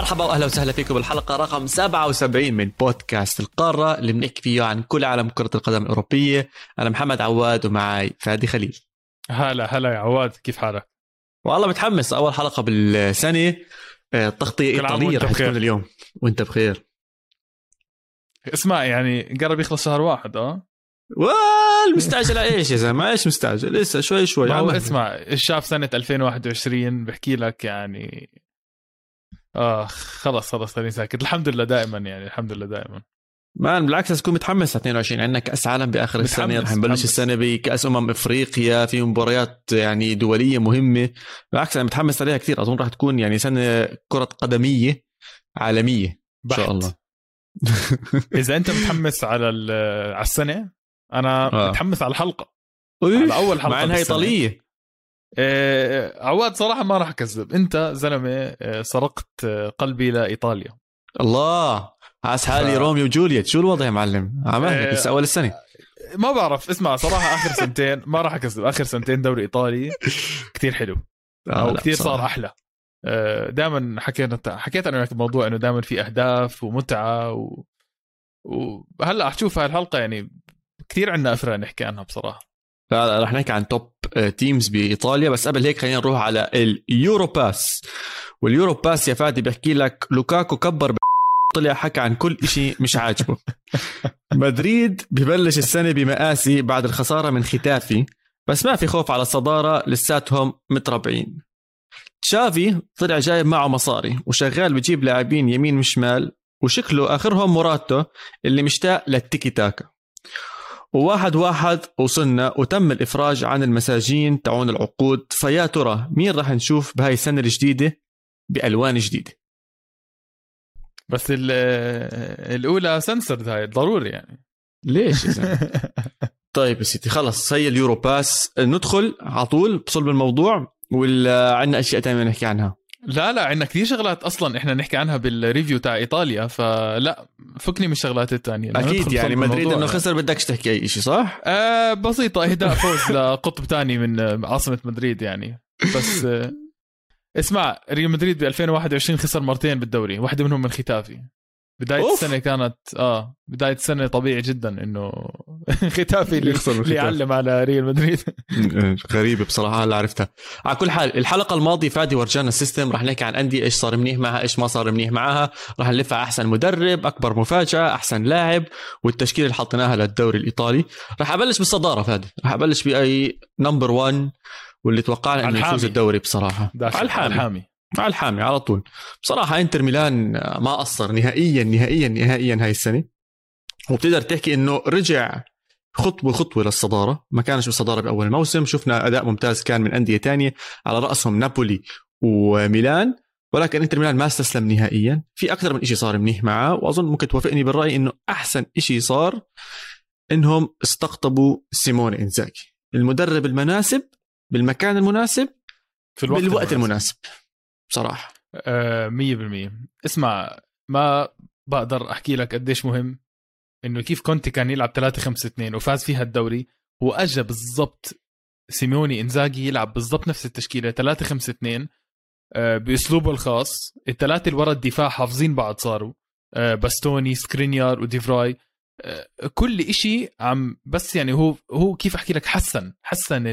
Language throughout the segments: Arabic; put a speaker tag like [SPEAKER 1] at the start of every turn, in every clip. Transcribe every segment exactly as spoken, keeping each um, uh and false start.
[SPEAKER 1] مرحبا واهلا وسهلا فيكم بالحلقه رقم سبعة وسبعين من بودكاست القاره اللي بنحكي فيه عن كل عالم كره القدم الاوروبيه. انا محمد عواد ومعي فادي خليل.
[SPEAKER 2] هلا هلا يا عواد، كيف حالك؟
[SPEAKER 1] والله متحمس، اول حلقه بالسنه، تغطيه ايطاليه رح تكون اليوم. وانت بخير؟
[SPEAKER 2] اسمع، يعني قرب يخلص شهر واحد. اه
[SPEAKER 1] والمستعجل ايش يا زلمه؟ ايش مستعجل؟ لسه شوي شوي.
[SPEAKER 2] هو اسمع، الشاف سنه ألفين وواحد وعشرين بحكي لك يعني اه خلص خلص خليني ساكت. الحمد لله دائما، يعني الحمد لله دائما.
[SPEAKER 1] ما بالعكس، تكون متحمس. اثنين وعشرين عندنا كاس عالم باخر السنه، رح نبلش السنه بكاس امم افريقيا، في مباريات يعني دوليه مهمه. بالعكس انا متحمس عليها كثير. اظن رح تكون يعني سنه كره قدميه عالميه ان شاء الله.
[SPEAKER 2] اذا انت متحمس على على السنه، انا آه. متحمس على الحلقه،
[SPEAKER 1] على اول حلقه مع انها ايطاليه.
[SPEAKER 2] آه عواد صراحه ما راح اكذب، انت زلمه سرقت قلبي لايطاليا.
[SPEAKER 1] الله، عاس حالي ف... روميو وجولييت. شو الوضع يا معلم؟ عمالك لسه اول السنه.
[SPEAKER 2] ما بعرف. اسمع صراحه اخر سنتين ما راح اكذب، اخر سنتين دوري ايطالي كتير حلو او كتير صار احلى. دائما حكينا حكيت انا الموضوع انه دائما في اهداف ومتعه و... وهلا اشوف هاي الحلقه يعني كتير عندنا افرع نحكي عنها بصراحه.
[SPEAKER 1] لا رح نحكي عن توب تيمز بايطاليا، بس قبل هيك خلينا نروح على اليورو باس. واليورو باس يا فادي بحكي لك لوكاكو كبر ب... طلع حكى عن كل إشي مش عاجبه. مدريد ببلش السنه بمآسي بعد الخساره من ختافي، بس ما في خوف على الصداره، لساتهم متربعين. تشافي طلع جايب معه مصاري وشغال بجيب لاعبين يمين وشمال، وشكله آخرهم مراتو اللي مشتاق للتيكي تاكا. وواحد واحد وصلنا وتم الإفراج عن المساجين تعون العقود. فيا ترى مين راح نشوف بهاي السنة الجديدة بألوان جديدة؟
[SPEAKER 2] بس الأولى سنسرد هاي ضروري يعني.
[SPEAKER 1] ليش يا زلمة؟ طيب يا سيدي خلص، هي اليورو باس، ندخل على طول بصلب الموضوع ولا عندنا أشياء تانية نحكي عنها؟
[SPEAKER 2] لا لا، عندنا كثير شغلات أصلاً إحنا نحكي عنها بالريفيو تاع إيطاليا، فلا فكني من الشغلات التانية.
[SPEAKER 1] أكيد يعني مدريد إنه خسر بدكش تحكي أي إشي صح؟
[SPEAKER 2] آه بسيطة، إهداء فوز لقطب تاني من عاصمة مدريد يعني. بس آه اسمع، ريال مدريد ب ألفين وواحد وعشرين خسر مرتين بالدوري، واحدة منهم من ختافي. بداية أوف. السنة كانت آه بداية السنة طبيعي جدا إنه ختافي اللي, اللي يعلم على ريال مدريد.
[SPEAKER 1] غريبة بصراحة، هلا عرفتها. على كل حال الحلقة الماضية فادي ورجانا السيستم، رح نحكي عن أندية إيش صار منيح معها إيش ما صار منيح معها، رح نلف على أحسن مدرب، أكبر مفاجأة، أحسن لاعب، والتشكيلة اللي حطيناها للدوري الإيطالي. رح أبلش بالصدارة فادي، رح أبلش بأي نمبر وان واللي توقعنا إنه يفوز الدوري بصراحة.
[SPEAKER 2] على الحامي. الحامي
[SPEAKER 1] على الحامي على طول بصراحة. انتر ميلان ما قصر نهائيا نهائيا نهائيا هاي السنة، وبتقدر تحكي انه رجع خطوة خطوة للصدارة. ما كانش بالصدارة بأول الموسم، شفنا أداء ممتاز كان من أندية تانية على رأسهم نابولي وميلان، ولكن انتر ميلان ما استسلم نهائيا. في أكثر من إشي صار منيح معه، وأظن ممكن توافقني بالرأي إنه أحسن إشي صار إنهم استقطبوا سيموني إنزاغي، المدرب المناسب بالمكان المناسب
[SPEAKER 2] في الوقت
[SPEAKER 1] بالوقت
[SPEAKER 2] المناسب.
[SPEAKER 1] المناسب بصراحة.
[SPEAKER 2] آه مية بالمية. اسمع، ما بقدر أحكي لك قديش مهم إنه كيف كونتي كان يلعب ثلاثة خمسة اثنين وفاز فيها الدوري، وأجا بالضبط سيموني إنزاغي يلعب بالضبط نفس التشكيلة ثلاثة خمسة اثنين آه بأسلوبه الخاص. الثلاثة اللي ورا الدفاع حافظين بعض صاروا، آه باستوني، سكرينيار، وديفراي. آه كل إشي عم بس يعني هو هو كيف أحكي لك، حسن حسن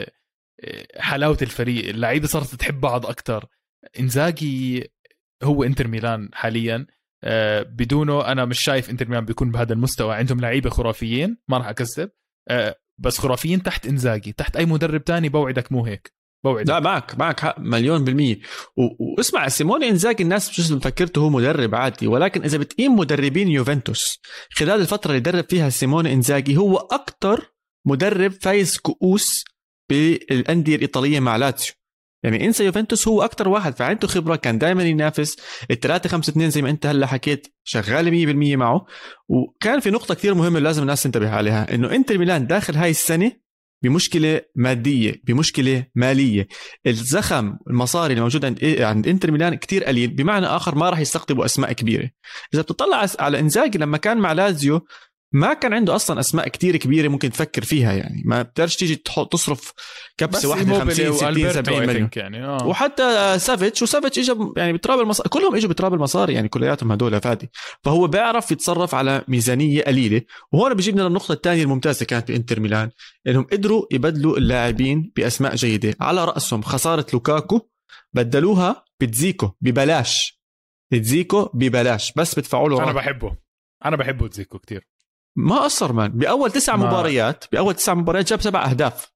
[SPEAKER 2] حلاوة الفريق، اللعيبة صارت تحب بعض أكتر. إنزاغي هو إنتر ميلان حاليا، آه بدونه أنا مش شايف إنتر ميلان بيكون بهذا المستوى. عندهم لعيبة خرافيين ما راح أكذب، آه بس خرافيين تحت إنزاغي، تحت أي مدرب تاني بوعدك مو هيك. بوعدك.
[SPEAKER 1] لا معك معك حق مليون بالمية. واسمع سيموني إنزاغي الناس مش مفكرته هو مدرب عادي، ولكن إذا بتقيم مدربين يوفنتوس خلال الفترة اللي درب فيها سيموني إنزاغي، هو أكتر مدرب فايز كؤوس بالأندية الإيطالية مع لاتسيو. يعني انسى يوفنتوس، هو أكتر واحد فعنده خبرة، كان دائما ينافس. الثلاثة خمسة اثنين زي ما انت هلا حكيت شغال مية بالمية معه. وكان في نقطة كتير مهمة لازم الناس تنتبه عليها، انه انتر ميلان داخل هاي السنة بمشكلة مادية، بمشكلة مالية. الزخم المصاري اللي موجود عند عند انتر ميلان كتير قليل، بمعنى آخر ما راح يستقطبوا أسماء كبيرة. إذا بتطلع على إنزاغي لما كان مع لازيو ما كان عنده اصلا اسماء كتير كبيره ممكن تفكر فيها، يعني ما بتقدرش تيجي تحط تصرف كبسه واحده خمسين ستين سبعين مليون
[SPEAKER 2] يعني. آه.
[SPEAKER 1] وحتى سافيتش وسافيتش اجى يعني بتراب المصاري، كلهم اجوا بتراب المصاري يعني كلياتهم هدول فادي. فهو بيعرف يتصرف على ميزانيه قليله. وهون بيجيبنا للنقطه الثانيه الممتازه كانت بانتر ميلان، انهم قدروا يبدلوا اللاعبين باسماء جيده، على راسهم خساره لوكاكو بدلوها بتزيكو ببلاش. تزيكو ببلاش بس بدفعوا له.
[SPEAKER 2] انا بحبه انا بحبه تزيكو كتير.
[SPEAKER 1] ما قصر مان، باول تسع ما... مباريات باول تسع مباريات جاب سبع اهداف.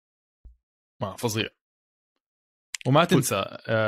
[SPEAKER 2] ما فظيع. وما تنسى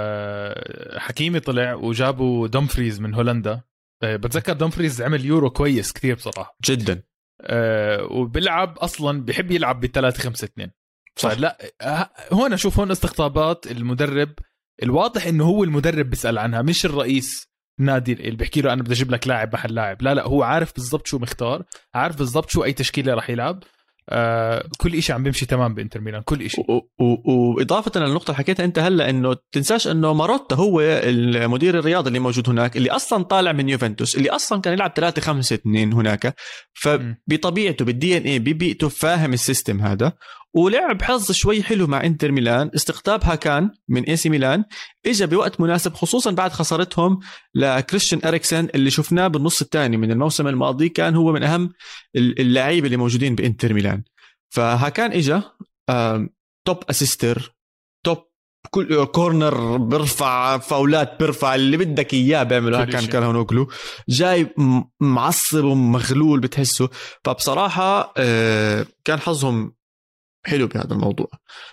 [SPEAKER 2] آه حكيمي طلع وجابوا دومفريز من هولندا. آه بتذكر دومفريز عمل يورو كويس كتير بصراحه
[SPEAKER 1] جدا.
[SPEAKER 2] آه وبيلعب اصلا بيحب يلعب بثلاثة خمسة اثنين. فلا هون اشوف هون استقطابات المدرب. الواضح انه هو المدرب بيسأل عنها مش الرئيس نادي اللي بيحكي له انا بدي اجيب لك لاعب محل لاعب. لا لا هو عارف بالضبط شو مختار، عارف بالضبط شو اي تشكيله راح يلعب. آه كل إشي عم بيمشي تمام بإنتر ميلان، كل إشي.
[SPEAKER 1] وإضافة للنقطة اللي حكيتها أنت هلا، إنه تنساش إنه ماروتا هو المدير الرياضي اللي موجود هناك، اللي أصلا طالع من يوفنتوس، اللي أصلا كان يلعب ثلاثة خمسة اثنين هناك. فبطبيعته بالدي ان اي ببيئته فاهم السيستم هذا، ولعب حظ شوي حلو مع انتر ميلان. استقطابها كان من اي سي ميلان، اجى بوقت مناسب، خصوصا بعد خسارتهم لكريستيان اريكسن اللي شفناه بالنص الثاني من الموسم الماضي. كان هو من اهم اللاعبين اللي موجودين بانتر ميلان. فها كان اجى توب اسيستر، توب كل كورنر برفع، فاولات برفع، اللي بدك اياه بيعملوا. كان كالهانوغلو جاي معصب ومغلول بتحسه. فبصراحه كان حظهم حلو بهذا الموضوع.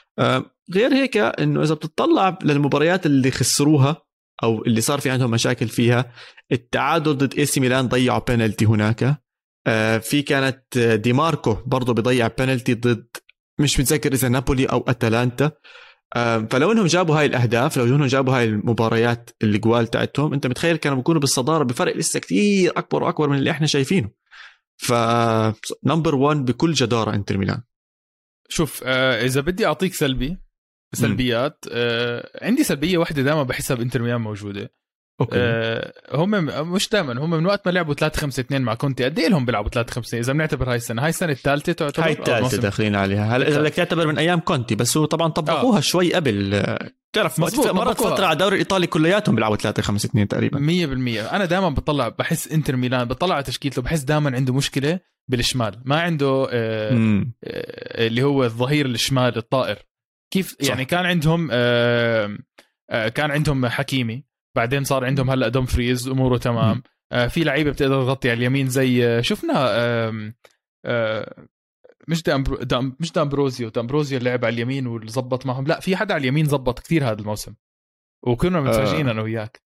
[SPEAKER 1] غير هيك انه اذا بتطلع للمباريات اللي خسروها او اللي صار في عندهم مشاكل فيها، التعادل ضد اي سي ميلان ضيعوا بينالتي هناك. في كانت دي ماركو برضه بيضيع بينالتي ضد، مش متذكر اذا نابولي او اتلانتا. فلو انهم جابوا هاي الاهداف، لو انهم جابوا هاي المباريات اللي جوال تاعتهم، انت متخيل كانوا بيكونوا بالصداره بفرق لسه كتير اكبر واكبر من اللي احنا شايفينه. ف نمبر واحد بكل جداره انتر ميلان.
[SPEAKER 2] شوف آه اذا بدي اعطيك سلبي سلبيات، آه عندي سلبيه واحده دائما بحسها بانتر ميلان موجوده.
[SPEAKER 1] أوكي.
[SPEAKER 2] آه هم مش دائما، هم من وقت ما لعبوا ثلاثة خمسة اثنين مع كونتي، قد ايه لهم بيلعبوا ثلاثة خمسة اذا بنعتبر هاي السنه هاي السنه الثالثه تعتبر،
[SPEAKER 1] هاي الثالثه داخلين عليها هلا اذا بدك تعتبر من ايام كونتي، بس هو طبعا طبقوها آه. شوي قبل. تعرف مرات فتره على الدوري الايطالي كلياتهم بيلعبوا ثلاثة خمسة اثنين تقريبا
[SPEAKER 2] مية بالمية. انا دائما بطلع بحس انتر ميلان، بطلع على تشكيلته بحس دائما عنده مشكله بالشمال، ما عنده آه آه اللي هو الظهير الشمال الطائر كيف صح. يعني كان عندهم آه آه كان عندهم حكيمي، بعدين صار عندهم هلا دومفريز اموره تمام. آه في لعيبه بتقدر تغطي على اليمين زي آه شفنا آه آه مش دام دام مش دامبروزيو دامبروزيو اللي لعب على اليمين وزبط معهم. لا في حدا على اليمين زبط كتير هذا الموسم وكنا متفاجئين آه. انا وياك.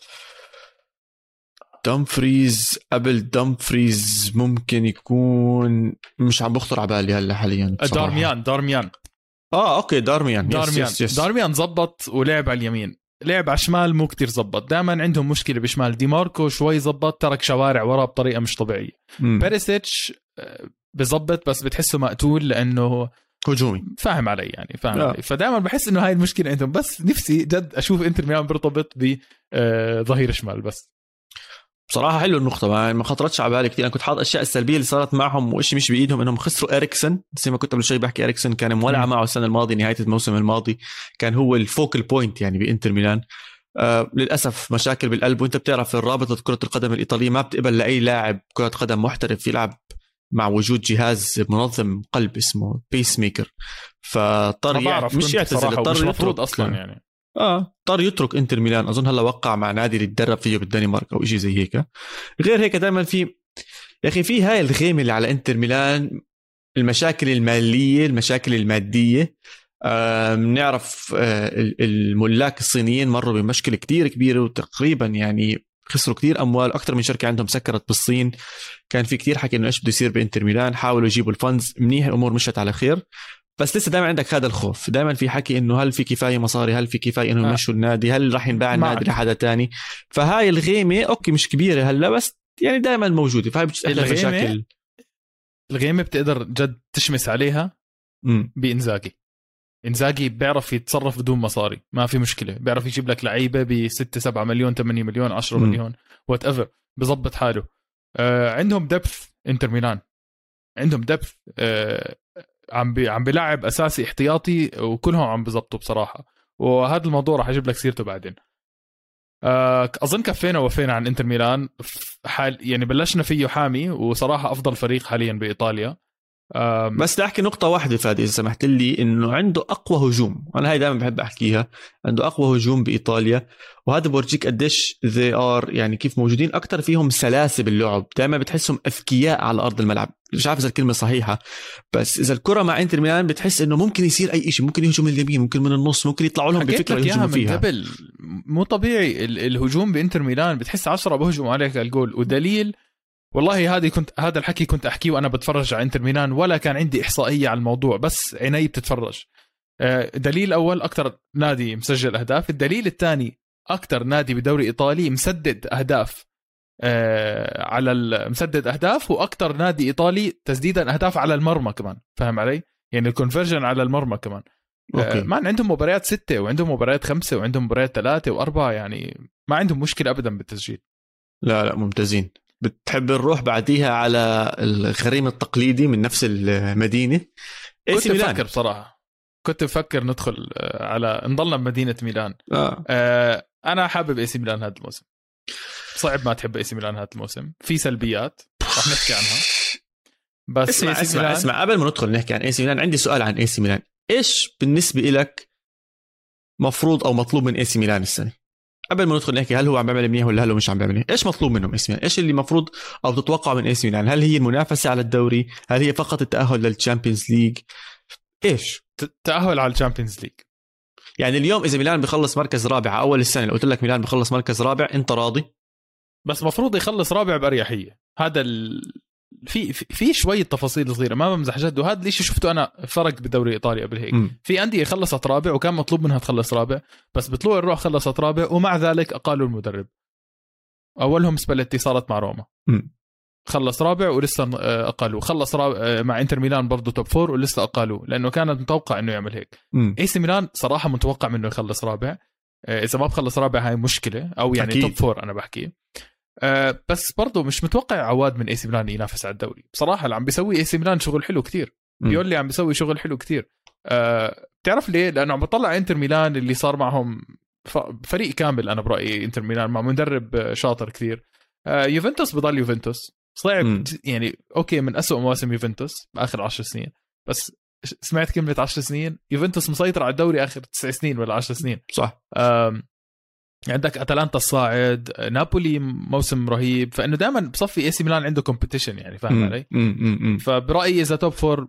[SPEAKER 1] دامفريز قبل دامفريز ممكن يكون، مش عم بخطر على بالي هلا حاليا.
[SPEAKER 2] دارميان دارميان
[SPEAKER 1] اه اوكي دارميان
[SPEAKER 2] دارميان
[SPEAKER 1] يس يس يس.
[SPEAKER 2] دارميان زبط ولعب على اليمين، لعب على الشمال مو كتير زبط. دائما عندهم مشكله بشمال. دي ماركو شوي زبط، ترك شوارع ورا بطريقه مش طبيعيه. بيريسيتش بزبط بس بتحسه مقتول لانه
[SPEAKER 1] هجومي،
[SPEAKER 2] فاهم علي يعني فاهم علي. فدائما بحس انه هاي المشكله عندهم. بس نفسي جد اشوف انتر ميلان برتبط بظهير شمال. بس
[SPEAKER 1] بصراحه حلو النقطه، ما ما خطرتش على بالي كثير. انا كنت حاط اشياء السلبيه اللي صارت معهم وإشي مش بايدهم، انهم خسروا اريكسن. زي ما كنت قبل شوي بحكي، اريكسن كان مولع معه السنه الماضيه، نهايه الموسم الماضي كان هو الفوكل بوينت يعني بانتر ميلان. آه للاسف مشاكل بالقلب، وانت بتعرف الرابطه كره القدم الايطاليه ما بتقبل لاي لاعب كره قدم محترف يلعب مع وجود جهاز منظم قلب اسمه بيس ميكر. فاضطر يعني مش يعتزل، اضطر يترك
[SPEAKER 2] اصلا يعني
[SPEAKER 1] اه اضطر يترك انتر ميلان. اظن هلا وقع مع نادي اللي تدرب فيه بالدنمارك او شيء زي هيك. غير هيك دائما في يا اخي في هاي الغيمه اللي على انتر ميلان، المشاكل الماليه، المشاكل الماديه. آه بنعرف آه الملاك الصينيين مروا بمشكله كتير كبيره، وتقريبا يعني خسروا كتير اموال. اكثر من شركه عندهم سكرت بالصين. كان في كتير حكي انه ايش بده يصير بانتر ميلان، حاولوا يجيبوا الفندز منيح، الامور مشت على خير. بس لسه دائما عندك هذا الخوف، دائما في حكي انه هل في كفايه مصاري، هل في كفايه انه يمشوا آه. النادي، هل راح ينباع النادي لحدا تاني. فهاي الغيمه اوكي مش كبيره هلا، بس يعني دائما موجوده. فهاي بتشكل مشاكل.
[SPEAKER 2] الغيمه بتقدر جد تشمس عليها بإنزاغي. إنزاغي بيعرف يتصرف بدون مصاري، ما في مشكله. بيعرف يجيب لك لعيبه بستة سبعة مليون ثمانية مليون عشرة مليون وات ايفر، بزبط حاله. آه عندهم دبث انتر ميلان، عندهم دبث آه عم بي عم بيلعب اساسي احتياطي وكلهم عم بزبطوا بصراحه، وهذا الموضوع راح اجيب لك سيرته بعدين. آه اظن كفينا وفينا عن انتر ميلان حال، يعني بلشنا فيه حامي وصراحه افضل فريق حاليا بايطاليا.
[SPEAKER 1] بس بدي احكي نقطه واحده فادي اذا سمحت لي، انه عنده اقوى هجوم، انا هاي دائما بحب احكيها، عنده اقوى هجوم بايطاليا، وهذا بورجيك قديش they are يعني كيف موجودين اكثر فيهم سلاسه باللعب، دائما بتحسهم اذكياء على ارض الملعب. مش عارف اذا الكلمه صحيحه، بس اذا الكره مع انتر ميلان بتحس انه ممكن يصير اي شيء، ممكن يهجم من اليمين، ممكن من النص، ممكن يطلعوا لهم بفكره يهجموا فيها
[SPEAKER 2] قبل. مو طبيعي الهجوم بانتر ميلان، بتحس عشرة بهجموا عليك الجول. ودليل والله هذه كنت هذا الحكي كنت احكيه وانا بتفرج على انتر ميلان، ولا كان عندي احصائيه على الموضوع، بس عيني بتتفرج. دليل اول اكثر نادي مسجل اهداف، الدليل الثاني اكثر نادي بدوري ايطالي مسدد اهداف على مسدد اهداف، واكثر نادي ايطالي تسديدا اهداف على المرمى كمان، فاهم علي؟ يعني الكونفرجن على المرمى كمان. أوكي. ما عندهم مباريات ستة وعندهم مباريات خمسة وعندهم مباريات ثلاثة وأربعة، يعني ما عندهم مشكلة أبدا بالتسجيل.
[SPEAKER 1] لا لا ممتازين. بتحب نروح بعديها على الغريم التقليدي من نفس المدينة،
[SPEAKER 2] كنت بفكر بصراحة كنت بفكر ندخل على نضلنا بمدينة ميلان.
[SPEAKER 1] آه.
[SPEAKER 2] آه أنا حابب إي سي ميلان هذا الموسم. صعب ما تحب إي سي ميلان هذا الموسم، في سلبيات رح نحكي عنها. بس
[SPEAKER 1] اسمع اسمع, ميلان... اسمع قبل ما ندخل نحكي عن إي سي ميلان، عندي سؤال عن إي سي ميلان. إيش بالنسبة إلك مفروض أو مطلوب من إي سي ميلان السنة؟ قبل ما ندخل نحكي هل هو عم بيعمل منيح ولا هل هو مش عم بيعمل منيح، ايش مطلوب منهم اي سي ميلان؟ ايش اللي مفروض او تتوقع من اي سي ميلان؟ هل هي المنافسه على الدوري؟ هل هي فقط التاهل للتشامبيونز ليج؟ ايش
[SPEAKER 2] التاهل على الشامبيونز ليج؟
[SPEAKER 1] يعني اليوم اذا ميلان بيخلص مركز رابع اول السنه، لو قلت لك ميلان بيخلص مركز رابع انت راضي؟
[SPEAKER 2] بس مفروض يخلص رابع باريحيه. هذا ال... في في شويه تفاصيل صغيره، ما بمزح جد، وهذا الشيء شفته انا فرق بالدوري الايطالي قبل هيك. م. في انديه خلصت رابع وكان مطلوب منها تخلص رابع، بس بطلوع الروح خلصت رابع، ومع ذلك اقالوا المدرب. اولهم سباليتي صارت مع روما، م. خلص رابع ولسه اقالوا. خلص رابع مع انتر ميلان برضه توب فور ولسه اقالوا، لانه كانت متوقع انه يعمل هيك. اي سي ميلان صراحه متوقع منه يخلص رابع، اذا ما بخلص رابع هاي مشكله، او يعني أكيد. توب فور انا بحكي. أه بس برضو مش متوقع عواد من اي سي ميلان ينافس على الدوري بصراحه. اللي عم بيسوي اي سي ميلان شغل حلو كتير، بيقول لي عم بيسوي شغل حلو كتير. أه بتعرف ليه؟ لانه عم بطلع انتر ميلان اللي صار معهم فريق كامل. انا برايي انتر ميلان مع مدرب شاطر كتير. أه يوفنتوس بضل يوفنتوس صعب م. يعني اوكي من أسوأ مواسم يوفنتوس باخر عشر سنين، بس سمعت كلمه عشر سنين؟ يوفنتوس مسيطر على الدوري اخر تسع سنين ولا عشر سنين،
[SPEAKER 1] صح.
[SPEAKER 2] أه عندك اتلانتا الصاعد، نابولي موسم رهيب، فانه دائما بصفي اي سي ميلان عنده كومبيتيشن، يعني فاهم علي؟ فبرايي اذا توب فور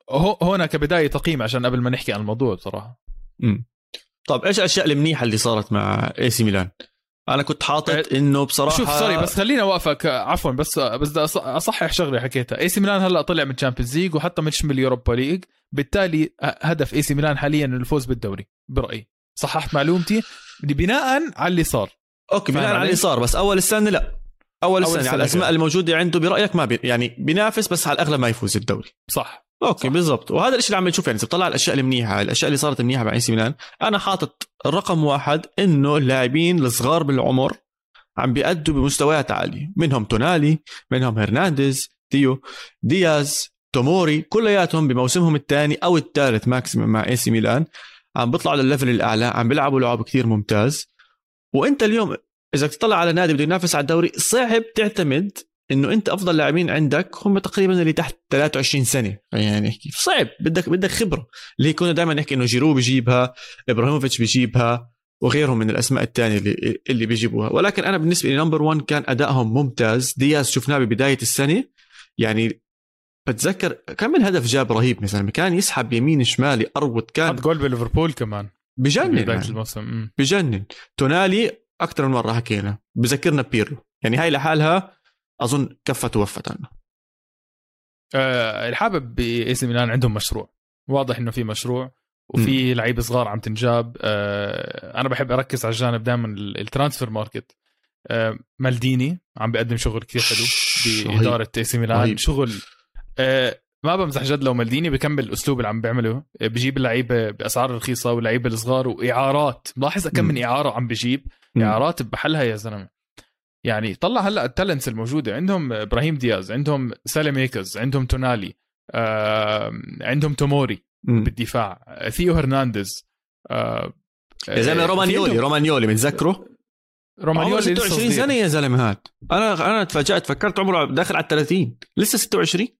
[SPEAKER 2] هنا كبدايه تقييم عشان قبل ما نحكي عن الموضوع بصراحه.
[SPEAKER 1] مم. طب ايش الاشياء المنيحه اللي صارت مع اي سي ميلان؟ انا كنت حاطط انه بصراحه
[SPEAKER 2] شوف سوري بس خليني اوقفك عفوا، بس بس بدي اصحح شغله حكيتها. اي سي ميلان هلا طلع من تشامبيونز ليج وحتى مش من اليوروبا ليج، بالتالي هدف اي سي ميلان حاليا الفوز بالدوري برايي. صححت معلومتي بناء على اللي صار.
[SPEAKER 1] اوكي بناء على اللي صار، بس اول السنه لا، اول, أول السنه على الاسماء الموجوده عنده برايك ما بي يعني بينافس، بس على الاغلب ما يفوز الدوري.
[SPEAKER 2] صح
[SPEAKER 1] اوكي بالضبط. وهذا الشيء اللي عم نشوف، يعني بتطلع على الاشياء المنيحه، الاشياء اللي صارت منيحه مع اي سي ميلان. انا حاطط رقم واحد انه اللاعبين الصغار بالعمر عم بيأدوا بمستويات عاليه، منهم تونالي، منهم هرنانديز، تيو دياز، توموري، كلياتهم بموسمهم الثاني او الثالث ماكسيمم مع اي سي ميلان عم بيطلعوا للليفل الاعلى، عم بيلعبوا لعب كتير ممتاز. وانت اليوم اذا تطلع على نادي بده ينافس على الدوري صعب تعتمد انه انت افضل لاعبين عندك هم تقريبا اللي تحت ثلاثة وعشرين سنه، يعني نحكي صعب، بدك بدك خبره اللي كنا دائما نحكي انه جيرو بيجيبها، ابراهيموفيتش بيجيبها، وغيرهم من الاسماء الثانيه اللي اللي بيجيبوها. ولكن انا بالنسبه لي نمبر واحد كان ادائهم ممتاز. دياز شفناه ببدايه السنه، يعني بتذكر كم من هدف جاب رهيب، مثلا كان يسحب يمين شمالي اروت، كان
[SPEAKER 2] حط جول بليفربول كمان
[SPEAKER 1] بجنن الموسم، بجنن. تونالي اكثر من مره حكينا بذكرنا بيرلو، يعني هاي لحالها اظن كفت ووفت عنه.
[SPEAKER 2] أه الحابب باي سي ميلان عندهم مشروع واضح، انه في مشروع وفي لعيبه صغار عم تنجاب. أه انا بحب اركز على الجانب دائما الترانسفير ماركت. أه مالديني عم بيقدم شغل كتير حلو باداره اي سي ميلان، شغل أه ما بمزح جد. لو مالديني بيكمل الاسلوب اللي عم بيعمله، بيجيب اللعيبه باسعار رخيصه واللعيبه الصغار واعارات، ملاحظ كم من اعاره عم بيجيب، اعارات بحلها يا زلمه. يعني طلع هلا التالنتس الموجوده عندهم، ابراهيم دياز، عندهم ساليميكز، عندهم تونالي، آه، عندهم توموري م. بالدفاع، ثيو هرنانديز، آه،
[SPEAKER 1] يا زلمه رومانيولي رومانيولي متذكره رومانيولي ستة وعشرين سنه يا زلمه هاد. انا انا تفاجأت فكرت عمره داخل على ثلاثين لسه ستة وعشرين.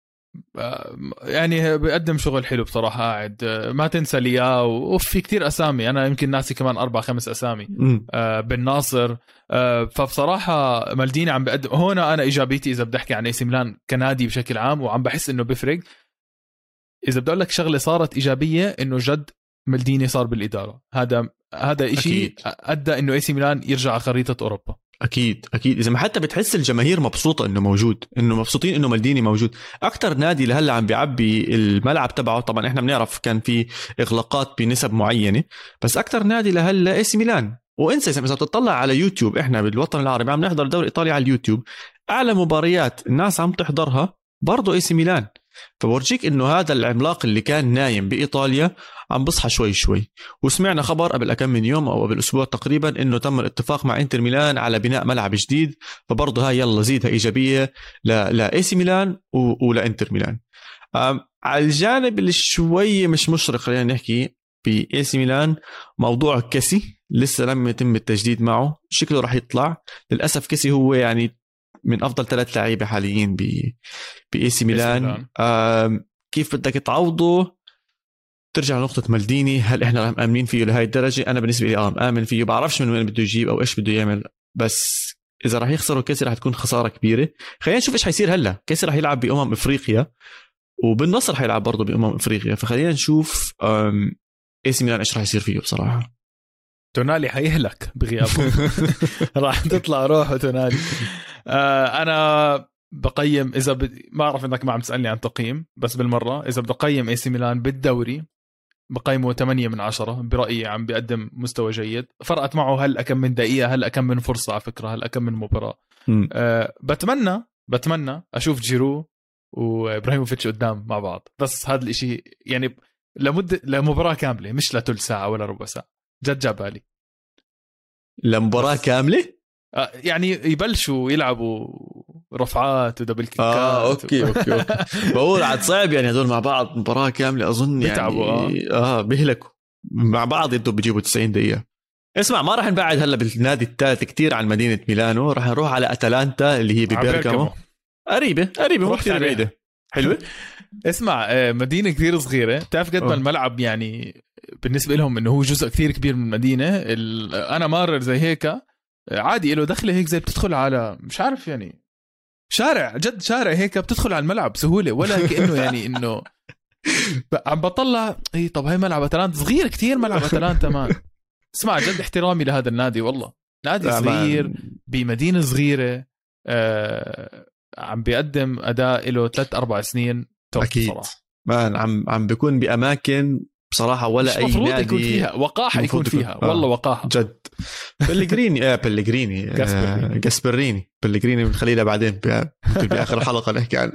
[SPEAKER 2] يعني بيقدم شغل حلو بصراحه قاعد. ما تنسى ليا وفي كتير اسامي انا يمكن ناسي كمان اربع خمس اسامي آه بن ناصر. آه فبصراحه مالديني عم بقدم هون. انا ايجابيتي اذا بدي احكي عن اي سي ميلان كنادي بشكل عام وعم بحس انه بفرق. اذا بدي اقول لك شغله صارت ايجابيه انه جد مالديني صار بالاداره. هذا هذا إشي ادى انه اي سي ميلان يرجع على خريطه اوروبا.
[SPEAKER 1] اكيد اكيد. اذا ما حتى بتحس الجماهير مبسوطه انه موجود، انه مبسوطين انه مالديني موجود. اكتر نادي لهلا عم بيعبي الملعب تبعه، طبعا احنا بنعرف كان في اغلاقات بنسب معينه، بس اكتر نادي لهلا اي سي ميلان. وانسى اذا بتطلع على يوتيوب، احنا بالوطن العربي عم نحضر دوري ايطالي على اليوتيوب، اعلى مباريات الناس عم تحضرها برضو اي سي ميلان. فبورجيك انه هذا العملاق اللي كان نايم بايطاليا عم بصحى شوي شوي. وسمعنا خبر قبل كم من يوم او قبل اسبوع تقريبا انه تم الاتفاق مع انتر ميلان على بناء ملعب جديد، فبرضه هاي يلا زيدها ايجابيه لاي سي ميلان ولانتر ميلان. على الجانب اللي شوي مش مشرق خلينا نحكي في اي سي ميلان، موضوع كسي لسه لم يتم التجديد معه، شكله راح يطلع للاسف. كسي هو يعني من افضل ثلاث لاعيبه حاليين ب باي سي ميلان. كيف بدك تعوضه؟ ترجع لنقطه مالديني، هل احنا مآمنين فيه لهي الدرجه؟ انا بالنسبه لي اه مآمن فيه، بعرفش من وين بده يجيب او ايش بده يعمل، بس اذا راح يخسروا كيسي راح تكون خساره كبيره. خلينا نشوف ايش حيصير هلا. كيسي راح يلعب بامم افريقيا وبالنصر حيلعب برضه بامم افريقيا، فخلينا نشوف اي سي ميلان ايش راح يصير فيه بصراحه.
[SPEAKER 2] تونالي حيهلك بغيابه راح تطلع روحه تونالي. آه انا بقيم اذا ب... ما اعرف انك ما عم تسالني عن تقييم، بس بالمره اذا بدي اقيم اي سي ميلان بالدوري بقيمه ثمانية من عشرة برايي. عم بيقدم مستوى جيد، فرقت معه هل كم من دقيقه، هل كم من فرصه، على فكره هل كم من مباراه. أه بتمنى بتمنى اشوف جيرو وابراهيموفيتش قدام مع بعض، بس هذا الاشي يعني لمده لمباراه كامله مش لثلث ساعه ولا ربع ساعه. جد جابالي
[SPEAKER 1] لمباراه كامله
[SPEAKER 2] آه يعني يبلشوا يلعبوا رفعات ودبل كيكات.
[SPEAKER 1] اه اوكي اوكي اوكي بقول عاد صعب يعني هذول مع بعض مباراه كامله اظن يعني
[SPEAKER 2] آه.
[SPEAKER 1] اه بيهلكوا مع بعض، يدوا بيجيبوا تسعين دقيقه. اسمع ما راح نبعد هلا بالنادي الثالث كتير عن مدينه ميلانو، راح نروح على اتلانتا اللي هي ببيرغامو. قريبه قريبه مو كثير بعيده. حلوه.
[SPEAKER 2] اسمع مدينه كثير صغيره، بتعرف قد ما الملعب يعني بالنسبه لهم انه هو جزء كثير كبير من المدينه. انا مارر زي هيك عادي له دخله هيك زي بتدخل على مش عارف يعني شارع، جد شارع هيك بتدخل على الملعب بسهوله، ولا كأنه يعني انه عم بطلع اي طب هاي ملعب اتلانتا صغير كتير. ملعب اتلانتا مان اسمع جد احترامي لهذا النادي، والله نادي صغير بمدينه صغيره آه عم بيقدم اداء له ثلاث اربع سنين توب صراحه.
[SPEAKER 1] مان عم عم بيكون باماكن بصراحه ولا اي نادي
[SPEAKER 2] يكون فيها وقاحه يكون فيها آه. والله وقاحه
[SPEAKER 1] جد. بلغريني اه بلغريني جاسبريني بلغريني بنخليها بعدين باخر الحلقه نحكي عنه.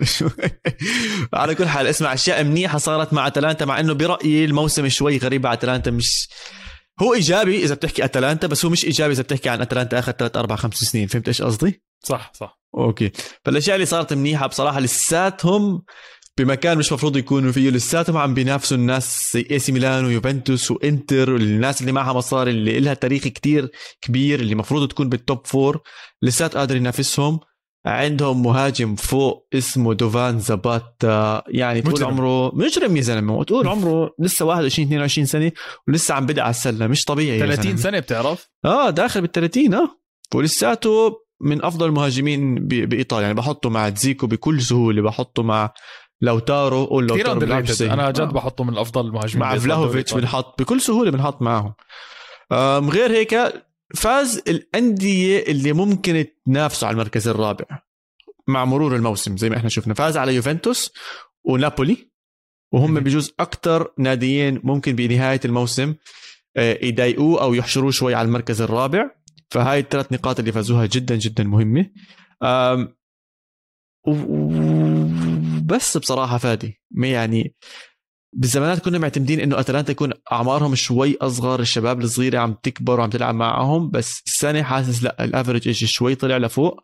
[SPEAKER 1] على كل حال اسمع اشياء منيحه صارت مع اتلانتا، مع انه برايي الموسم شوي غريب على اتلانتا. مش هو ايجابي اذا بتحكي اتلانتا، بس هو مش ايجابي اذا بتحكي عن اتلانتا اخر ثلاث اربع خمس سنين. فهمت ايش قصدي؟
[SPEAKER 2] صح صح
[SPEAKER 1] اوكي. فالاشياء اللي صارت منيحه بصراحه، لساتهم بمكان مش مفروض يكونوا فيه، لساتهم عم بينافسوا الناس زي اي سي ميلان ويوفنتوس وانتر والناس اللي معها مصاري اللي لها تاريخ كتير كبير اللي مفروض تكون بالتوب فور، لسات قادر ينافسهم. عندهم مهاجم فوق اسمه دوفان زاباتا، يعني طول عمره مجرم يا زلمه، وتقول عمره لسه واحد وعشرين اثنين وعشرين سنه ولسه عم بدأ على السله، مش طبيعي.
[SPEAKER 2] ثلاثين سنه بتعرف
[SPEAKER 1] اه داخل بالثلاثين اه ولساته من افضل المهاجمين بايطاليا. يعني بحطه مع تزيكو بكل سهوله، بحطه مع لوتارو او لوتارو
[SPEAKER 2] انا جد آه. بحطه من افضل المهاجمين
[SPEAKER 1] مع فلاهوفيتش، بنحط بكل سهوله بنحط معهم. غير هيك فاز الانديه اللي ممكن تنافسوا على المركز الرابع مع مرور الموسم، زي ما احنا شفنا فاز على يوفنتوس ونابولي، وهم بجوز اكتر ناديين ممكن بنهايه الموسم يضايقوه او يحشروه شوي على المركز الرابع. فهاي الثلاث نقاط اللي فازوها جدا جدا مهمه. بس بصراحه فادي ما يعني بالزمانات كنا معتمدين انه اتلانتا يكون اعمارهم شوي اصغر، الشباب الصغيره عم تكبر وعم تلعب معهم، بس السنه حاسس لا الافرج ايش شوي طلع لفوق،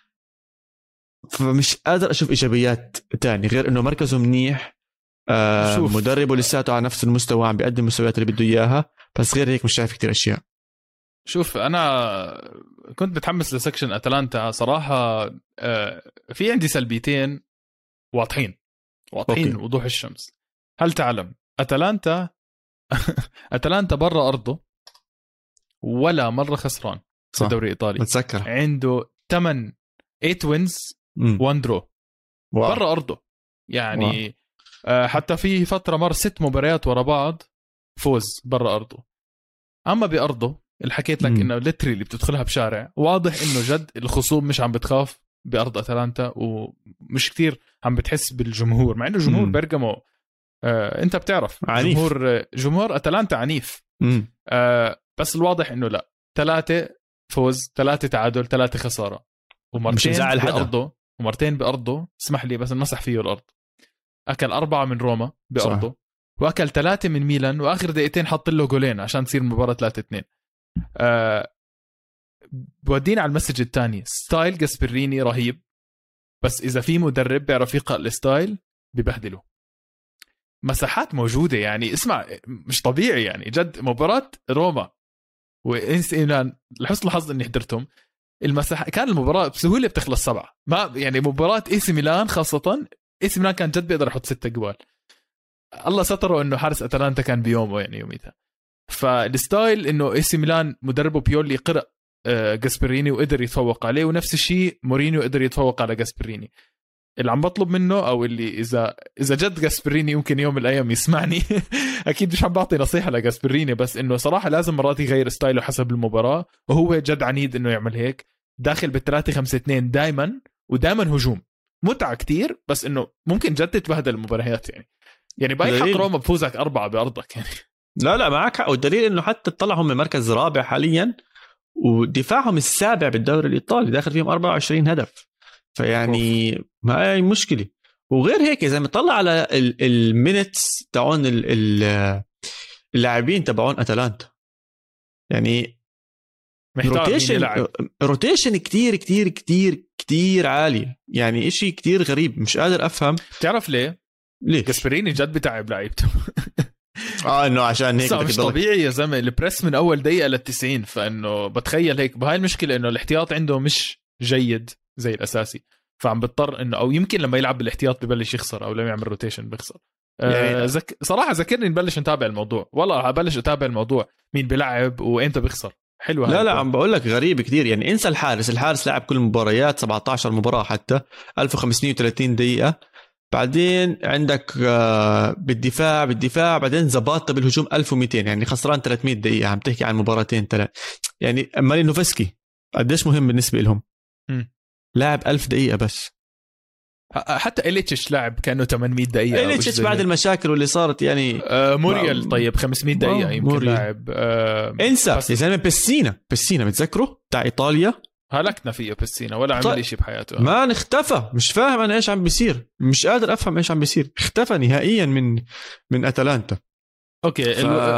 [SPEAKER 1] فمش قادر اشوف ايجابيات تاني غير انه مركزه منيح. آه مدربه لساته على نفس المستوى، عم بيقدم المستويات اللي بده اياها، بس غير هيك مش شايف كتير اشياء.
[SPEAKER 2] شوف انا كنت متحمس لسكشن اتلانتا صراحه. آه في عندي سلبيتين واضحين واضحين
[SPEAKER 1] أوكي.
[SPEAKER 2] وضوح الشمس. هل تعلم اتلانتا اتلانتا برا ارضه ولا مره خسران في الدوري الايطالي؟
[SPEAKER 1] بتذكر
[SPEAKER 2] عنده ثمانية ثمانية وينز وان درو برا ارضه يعني. آه حتى في فتره مر ست مباريات ورا بعض فوز برا ارضه. اما بارضه اللي حكيت لك انه لتري اللي بتدخلها بشارع، واضح انه جد الخصوم مش عم بتخاف بارض اتلانتا، ومش كتير عم بتحس بالجمهور، مع انه جمهور بيرغامو آه انت بتعرف عنيف. جمهور جمهور اتلانتا عنيف. آه بس الواضح انه لا، ثلاثة فوز ثلاثة تعادل ثلاثة خسارة، ومرتين بأرضه ومرتين بأرضه. اسمح لي بس نمسح فيه الأرض. أكل أربعة من روما بأرضه صح. وأكل ثلاثة من ميلان، وآخر دقيقتين حط له جولين عشان تصير المباراة ثلاثة اثنين. أه بودينا على المسج الثاني. ستايل جاسبريني رهيب، بس إذا في مدرب بيعرف يقرأ الستايل ببهدله. مساحات موجودة يعني، اسمع مش طبيعي يعني جد. مباراة روما وإنس ميلان لحسن الحظ إني حضرتهم، المساحة كان المباراة بسهولة بتخلص سبعة. ما يعني مباراة إي سي ميلان خاصة، إي سي ميلان كان جد بيقدر يحط ستة جوال. الله ستره إنه حارس أتلانتا كان بيومه يعني يوميتها. فالستايل إنه إي سي ميلان مدربه بيولي قرأ جاسبريني وقدر يتفوق عليه، ونفس الشيء مورينيو قدر يتفوق على جاسبريني. اللي عم بطلب منه او اللي اذا اذا جد جاسبريني يمكن يوم من الايام يسمعني اكيد مش عم بعطي نصيحه لجاسبريني، بس انه صراحه لازم مرات يغير ستايله حسب المباراه، وهو جد عنيد انه يعمل هيك. داخل بالثلاثة خمسة اثنين دائما، ودائما هجوم متعه كتير، بس انه ممكن جد تتبهدل المباريات يعني. يعني باي حق روما بفوزك أربعة بأرضك يعني.
[SPEAKER 1] لا لا معك حق، والدليل انه حتى طلعهم من مركز رابع حاليا، ودفاعهم السابع بالدوري الايطالي، داخل فيهم أربعة وعشرين هدف. فيعني أوف. ما أي مشكلة. وغير هيك إذا مطلع على المينتس تاعون اللاعبين تبعون أتلانتا، يعني روتيشن روتيشن كتير كتير كتير كتير عالي، يعني إشي كتير غريب، مش قادر أفهم.
[SPEAKER 2] تعرف ليه؟
[SPEAKER 1] ليه؟
[SPEAKER 2] جاسبريني جد بتعب لعيبته.
[SPEAKER 1] اه انه عشان هيك
[SPEAKER 2] مش طبيعي يا زلمه، البريس من اول دقيقه للتسعين. فانه بتخيل هيك بهاي المشكله انه الاحتياط عنده مش جيد زي الاساسي، فعم بيضطر انه او يمكن لما يلعب بالاحتياط ببلش يخسر، او لما يعمل روتيشن بيخسر يعني. آه زك... صراحه ذكرني نبلش نتابع الموضوع، والله هبلش اتابع الموضوع مين بيلعب وامتى بيخسر. حلوه.
[SPEAKER 1] لا لا عم بقول لك غريب كتير يعني. انسى الحارس، الحارس لعب كل المباريات سبعة عشر مباراه حتى ألف وخمسمية وثلاثين دقيقه. بعدين عندك آه بالدفاع بالدفاع بعدين زباطة بالهجوم ألف ومئتين، يعني خسران ثلاثمية دقيقه. عم تحكي عن مباراتين ثلاث يعني. مالينوفسكي قديش مهم بالنسبه لهم؟ م. لاعب ألف دقيقه بس.
[SPEAKER 2] حتى إليتش لاعب كانه ثمانمية دقيقة.
[SPEAKER 1] إليتش بعد المشاكل واللي صارت يعني.
[SPEAKER 2] آه موريال طيب خمسمية دقيقة يمكن موريال. لاعب آه
[SPEAKER 1] انسى يا زلمة. بيسينا بيسينا متذكره تاع إيطاليا،
[SPEAKER 2] هلكنا فيه بيسينا ولا عمل طيب. شيء بحياته
[SPEAKER 1] ما نختفى. مش فاهم أنا إيش عم بيصير، مش قادر أفهم إيش عم بيصير. اختفى نهائيا من من أتلانتا.
[SPEAKER 2] أوكي ف...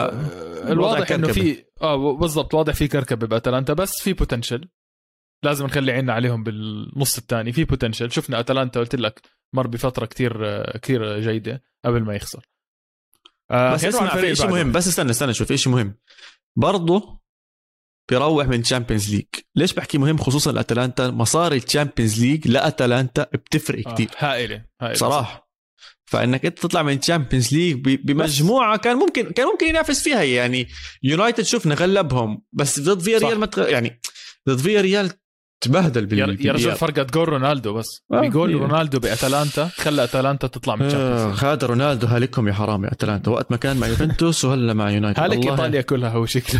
[SPEAKER 2] الواضح إنه في آه بالضبط واضح في كركبة بأتلانتا، بس في بوتنشل لازم نخلي عيننا عليهم بالنص الثاني. في بوتنشل. شفنا أتلانتا قلت لك مر بفترة كتير كتير جيدة قبل ما يخسر.
[SPEAKER 1] آه بس اسمع في شيء مهم، بس استنى استنى شوف في شيء مهم برضه بيروح من تشامبيونز ليج. ليش بحكي مهم؟ خصوصا الأتلانتا مصاري التشامبيونز ليج لأتلانتا بتفرق
[SPEAKER 2] آه
[SPEAKER 1] كتير.
[SPEAKER 2] هائلة هائلة
[SPEAKER 1] صراحة. فإنك أنت تطلع من تشامبيونز ليج بمجموعة كان ممكن كان ممكن ينافس فيها يعني. يونايتد شفنا غلبهم، بس ضد فيا ريال متغ... يعني ضد فيا ريال تبهدل بال
[SPEAKER 2] يا رجل فرقة جول رونالدو بس آه بيقول إيه. رونالدو بأتلانتا خلى أتلانتا تطلع من الشامبيونز.
[SPEAKER 1] هذا رونالدو هالكم يا حرام يا أتلانتا، وقت ما كان مع يوفنتوس وهلا مع يونايتد.
[SPEAKER 2] هالك إيطاليا كلها هو شكله.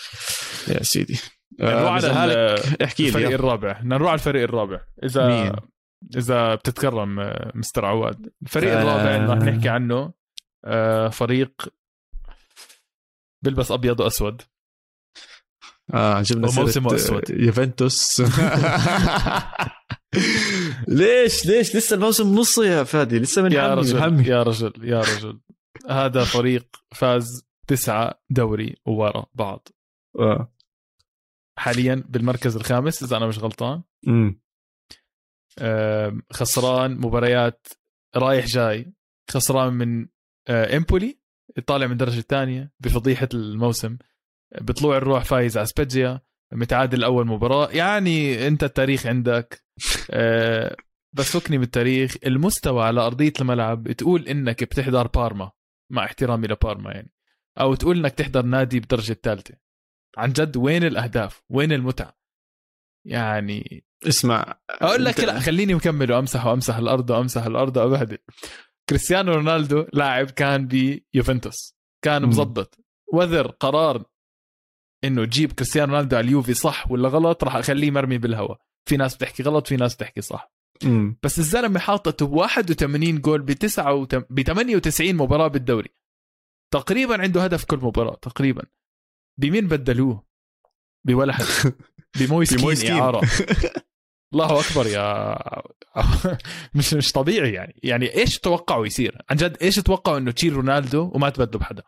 [SPEAKER 1] يا سيدي
[SPEAKER 2] نروح
[SPEAKER 1] آه
[SPEAKER 2] على احكي الفريق يا. الرابع. نروح على الفريق الرابع إذا مين؟ إذا بتتكرم مستر عواد. الفريق آه. الرابع اللي راح نحكي عنه آه فريق بلبس أبيض وأسود.
[SPEAKER 1] اه جبنا
[SPEAKER 2] موسم اسود
[SPEAKER 1] يوفنتوس. ليش ليش لسه الموسم نص يا فادي، لسه من
[SPEAKER 2] يا رجل
[SPEAKER 1] حمي.
[SPEAKER 2] يا رجل يا رجل هذا فريق فاز تسعة دوري ورا بعض
[SPEAKER 1] آه.
[SPEAKER 2] حاليا بالمركز الخامس إذا أنا مش غلطان.
[SPEAKER 1] امم
[SPEAKER 2] خسران مباريات رايح جاي، خسران من إمبولي طالع من درجة الثانية بفضيحة الموسم، بطلوع الروح فايز على سبيتزيا، متعادل أول مباراة. يعني أنت التاريخ عندك بس فكني بالتاريخ. المستوى على أرضية الملعب تقول إنك بتحضر بارما، مع احترامي لبارما يعني، أو تقول إنك تحضر نادي بدرجة الثالثة. عن جد وين الأهداف؟ وين المتعة؟ يعني
[SPEAKER 1] اسمع
[SPEAKER 2] أقول لك لا خليني مكمل وأمسح وأمسح الأرض وأمسح الأرض وأبهدل. كريستيانو رونالدو لاعب كان بيوفنتوس، كان مزبط، وذر قرار إنه تجيب كريستيانو رونالدو على اليوفي صح ولا غلط راح أخليه مرمي بالهواء. في ناس بتحكي غلط، في ناس بتحكي صح.
[SPEAKER 1] مم.
[SPEAKER 2] بس الزلمة حاطته واحد وثمانين جول بتسعة وتم... بثمانية وتسعين مباراة بالدوري، تقريبا عنده هدف كل مباراة تقريبا. بمين بدلوه؟ بولا حد. بمويسكين إعارة. الله أكبر يا مش مش طبيعي يعني. يعني إيش توقعوا يصير عن جد؟ إيش توقعوا إنه تشيل رونالدو وما تبدلوا بحدا؟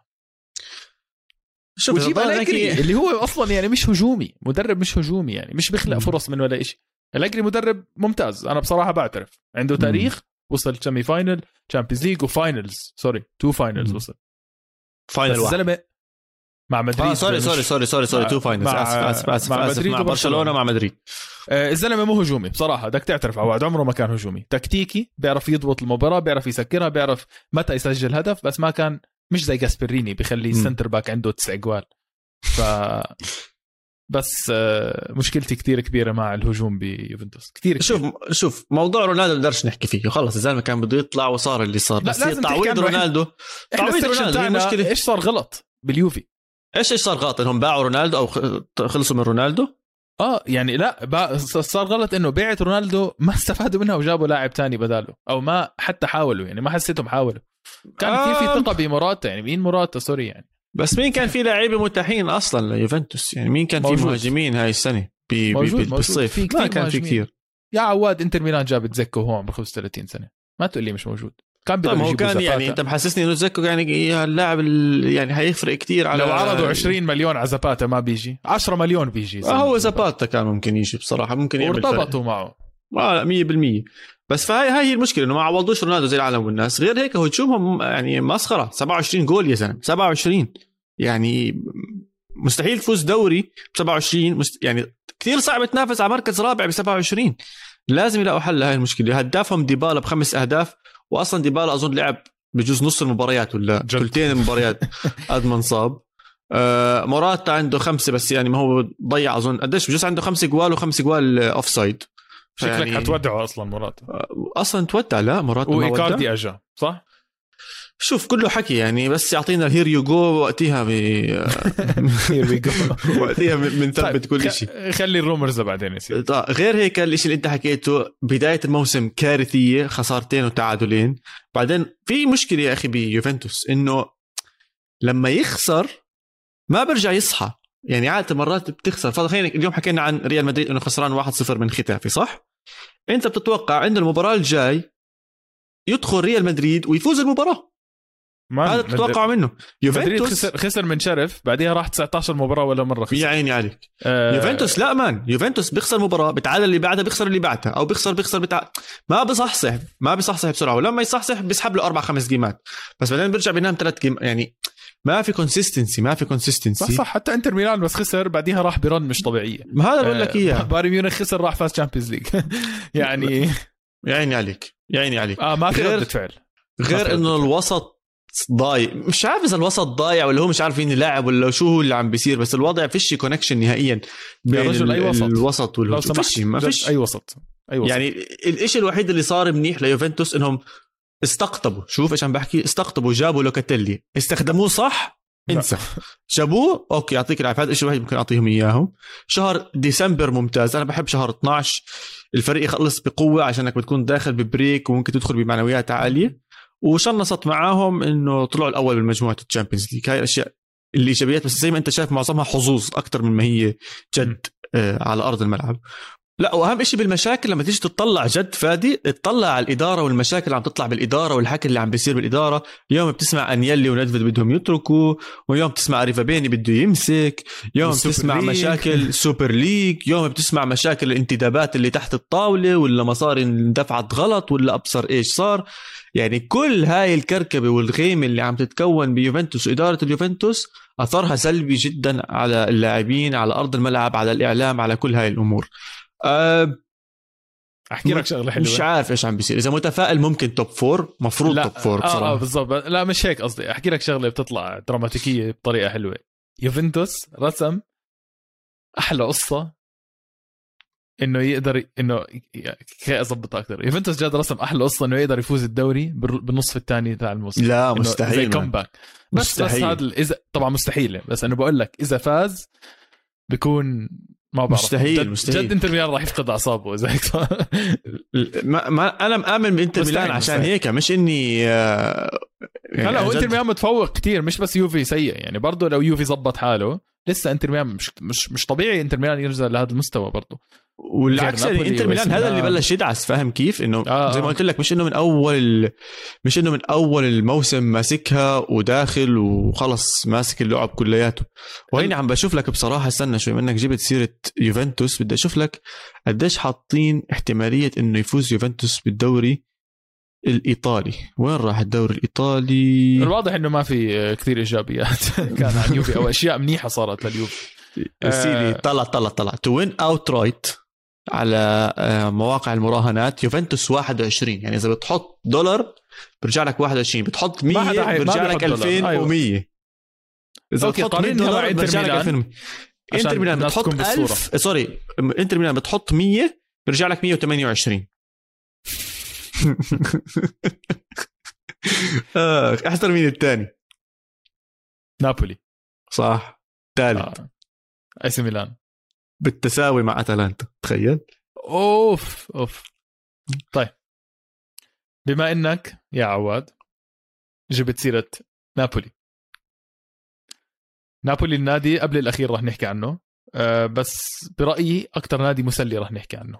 [SPEAKER 2] وجيب أليجري اللي هو أصلا يعني مش هجومي، مدرب مش هجومي يعني، مش بيخلق فرص من ولا إشي. أليجري مدرب ممتاز، أنا بصراحة بعترف عنده تاريخ، وصل سيمي فاينل تشامبيونز ليج وفاينلز سوري تو فاينلز وصل
[SPEAKER 1] فاينل
[SPEAKER 2] واحد مع مدريد.
[SPEAKER 1] آه سوري سوري سوري سوري سوري تو فاينلز
[SPEAKER 2] مع,
[SPEAKER 1] اسف اسف
[SPEAKER 2] مع,
[SPEAKER 1] اسف مع برشلونة مع مدريد.
[SPEAKER 2] آه الزلمه مو هجومي بصراحه، بدك تعترف عواد عمره ما كان هجومي، تكتيكي، بيعرف يضبط المباراه، بيعرف يسكرها، بيعرف متى يسجل هدف، بس ما كان مش زي جاسبريني بيخلي السنتر باك عنده تسع جوال. ف بس آه مشكلتي كتير كبيره مع الهجوم بيوفنتوس كتير, كتير.
[SPEAKER 1] شوف شوف موضوع رونالدو بدرش نحكي فيه خلص، الزلمه كان بده يطلع وصار اللي صار، بس تعويض رونالدو
[SPEAKER 2] تعويض رونالدو هي المشكله. ايش صار غلط باليوفي؟
[SPEAKER 1] ايش ايش صار غلط؟ انهم باعوا رونالدو او خلصوا من رونالدو؟
[SPEAKER 2] اه يعني لا صار غلط انه بيعت رونالدو ما استفادوا منها وجابوا لاعب تاني بداله، او ما حتى حاولوا يعني، ما حسيتهم حاولوا. كان آه. في في ثقه بمراتا يعني. مين مراتا سوري يعني؟
[SPEAKER 1] بس مين كان في لاعبين متاحين اصلا ليوفنتوس يعني؟ مين كان في مهاجمين هاي السنه بي بي بالصيف؟ ما كان في كثير
[SPEAKER 2] يا عواد. انتر ميلان جاب تزكو وهو عمره خمسة وثلاثين سنة، ما تقول لي مش موجود. كان
[SPEAKER 1] طيب هو كان يعني انت محسسني انه تزكو يعني اللاعب يعني هيفرق كتير على
[SPEAKER 2] لو عرضوا عشرين مليون على زاباتا ما بيجي، عشرة مليون بيجي.
[SPEAKER 1] آه هو زاباتا كان ممكن يجي بصراحه، ممكن يعمل
[SPEAKER 2] ارتبطوا معه
[SPEAKER 1] اه مية بالمية. بس فهي هاي هي المشكله انه ما عوضوش رونالدو زي العالم والناس. غير هيك هجومهم يعني مسخره، سبعة وعشرين جول يا زلمه، سبعة وعشرين يعني مستحيل تفوز دوري ب سبعة وعشرين. مست... يعني كثير صعب تنافس على مركز رابع ب سبعة وعشرين. لازم يلاقوا حل لهي المشكله. هدافهم ديبالا بخمس اهداف، واصلا ديبالا اظن لعب بجوز نص المباريات ولا ثلثين المباريات قد ما انصاب. آه موراتا عنده خمسه بس يعني ما هو ضيع اظن قديش، بجوز عنده خمسه جوال وخمسه جوال اوف سايد.
[SPEAKER 2] شكلك حتودعه اصلا موراتا.
[SPEAKER 1] اصلا تودع لا موراتا ما ودع.
[SPEAKER 2] وإيكاردي اجا صح.
[SPEAKER 1] شوف كله حكي يعني، بس يعطينا هير يو جو وقتها ب
[SPEAKER 2] هير وي جو
[SPEAKER 1] وقتها بنثبت كل شيء.
[SPEAKER 2] خلي الرومرز بعدين يصير.
[SPEAKER 1] غير هيك الشيء اللي انت حكيته، بدايه الموسم كارثيه، خسارتين وتعادلين. بعدين في مشكله يا اخي بيوفنتوس انه لما يخسر ما برجع يصحى يعني. عاده مرات بتخسر. فخلينا اليوم حكينا عن ريال مدريد انه خسران واحد صفر من ختافي صح. انت بتتوقع عند المباراه الجاي يدخل ريال مدريد ويفوز المباراه، هذا تتوقع منه. يوفنتوس
[SPEAKER 2] خسر, خسر من شرف، بعديها راح تسعة عشر مباراة ولا مرة خسر.
[SPEAKER 1] يا عيني عليك. آه يوفنتوس لا مان، يوفنتوس بيخسر مباراة بتعادل اللي بعدها، بيخسر اللي بعدها، أو بيخسر بيخسر بتع... ما بصحصح ما بصحصح بسرعة، ولما يصحصح بيسحب له أربع خمس جيمات، بس بعدين بيرجع بينام ثلاث جيم يعني. ما في كونسيستنسي ما في كونسيستنسي
[SPEAKER 2] صح, صح. حتى انتر ميلان بس خسر بعديها راح برن مش طبيعية.
[SPEAKER 1] ما هذا بقول لك إياه.
[SPEAKER 2] بايرن ميونخ خسر راح فاز تشامبيونز ليج يعني.
[SPEAKER 1] يا عيني عليك يا عيني عليك.
[SPEAKER 2] آه ما في ردة فعل.
[SPEAKER 1] غير إنه الوسط ضايع. مش عارف اذا الوسط ضايع ولا هو مش عارفين يلعب ولا شو هو اللي عم بيصير، بس الوضع فيش كونكشن نهائيا بين
[SPEAKER 2] أي وسط.
[SPEAKER 1] الوسط والهجوم. فيش ما فيش
[SPEAKER 2] اي وسط اي وسط.
[SPEAKER 1] يعني الاشي الوحيد اللي صار منيح ليوفنتوس انهم استقطبوا، شوف ايش عم بحكي، استقطبوا جابوا لوكاتيلي، استخدموه صح انسى. جابوه اوكي يعطيك العافيه، هذا الشيء الوحيد ممكن اعطيهم اياهم. شهر ديسمبر ممتاز، انا بحب شهر اثناشر الفريق يخلص بقوه عشانك بتكون داخل ببريك وممكن تدخل بمعنويات عاليه. وشنصت معاهم انه طلعوا الاول بمجموعه الشامبيونز ليج. هاي الاشياء اللي ايجابيات، بس زي ما انت شايف معظمها حظوظ اكثر من ما هي جد آه على ارض الملعب. لا واهم شيء بالمشاكل لما تيجي تطلع جد فادي تطلع على الاداره والمشاكل اللي عم تطلع بالاداره والحكي اللي عم بيصير بالاداره. اليوم بتسمع انيلي وندفد بدهم يتركوا، واليوم بتسمع ريفابيني بده يمسك، يوم بتسمع ليج. مشاكل سوبر ليج، يوم بتسمع مشاكل الانتدابات اللي تحت الطاوله، ولا مصاري اندفعت غلط، ولا ابصر ايش صار. يعني كل هاي الكركبه والغيمه اللي عم تتكون بيوفنتوس واداره اليوفنتوس اثرها سلبي جدا على اللاعبين، على ارض الملعب، على الاعلام، على كل هاي الامور. أه
[SPEAKER 2] احكي لك شغله حلوه،
[SPEAKER 1] مش عارف ايش عم بيصير. اذا متفائل ممكن توب فور، مفروض توب فور بصراحه.
[SPEAKER 2] اه بالضبط. لا مش هيك قصدي، احكي لك شغله بتطلع دراماتيكيه بطريقه حلوه. يوفنتوس رسم احلى قصه انه يقدر انه كيف اضبط اكثر. يوفنتوس جاد رسم احلى قصه انه يقدر يفوز الدوري بالنصف الثاني تاع الموسم.
[SPEAKER 1] لا مستحيل،
[SPEAKER 2] زي كومباك. بس مستحيل. بس هذا اذا طبعا مستحيل، بس انا بقول لك اذا فاز بيكون ما بعرف.
[SPEAKER 1] مستحيل
[SPEAKER 2] جد
[SPEAKER 1] مستحيل.
[SPEAKER 2] جد انتر ميلان راح يفقد اعصابه اذا هيك.
[SPEAKER 1] ما, ما انا مآمن بانتر ميلان عشان مستحيل. هيك مش اني يعني
[SPEAKER 2] هلا هو انتر ميلان متفوق كتير، مش بس يوفي سيء يعني. برضه لو يوفي زبط حاله لسه انتر ميلان مش مش مش طبيعي انتر ميلان يرجع لهذا المستوى برضه.
[SPEAKER 1] والعكس يعني انتر ميلان هذا اللي بلش يدعس، فاهم كيف؟ انه آه زي ما قلت لك مش انه من اول مش انه من اول الموسم ماسكها وداخل وخلص ماسك اللعب كلياته. وهين عم بشوف لك بصراحه، استنى شوي منك جبت سيره يوفنتوس، بدي اشوف لك قديش حاطين احتماليه انه يفوز يوفنتوس بالدوري الايطالي. وين راح الدوري الايطالي؟
[SPEAKER 2] الواضح انه ما في كثير ايجابيات كان عن يوفي او اشياء منيحه صارت لليوفي.
[SPEAKER 1] سيدي طلع طلع طلع تو وين اوت رايت على مواقع المراهنات يوفنتوس واحد وعشرين. يعني اذا بتحط دولار برجع لك واحد وعشرين، بتحط مية برجع لك ألفين ومية. اذا بتحط مية دولار برجع لك ألفين ومية. انتر ميلان بتحط ألف سوري انتر ميلان بتحط مية برجع لك مية وثمانية وعشرين. اه احسن مين الثاني؟
[SPEAKER 2] نابولي
[SPEAKER 1] صح. ثالث
[SPEAKER 2] آه. اي سي ميلان
[SPEAKER 1] بالتساوي مع اتلانتا، تخيل.
[SPEAKER 2] اوف اوف. طيب بما انك يا عواد جبت سيرة نابولي، نابولي النادي قبل الاخير راح نحكي عنه، أه بس برأيي اكتر نادي مسلي راح نحكي عنه.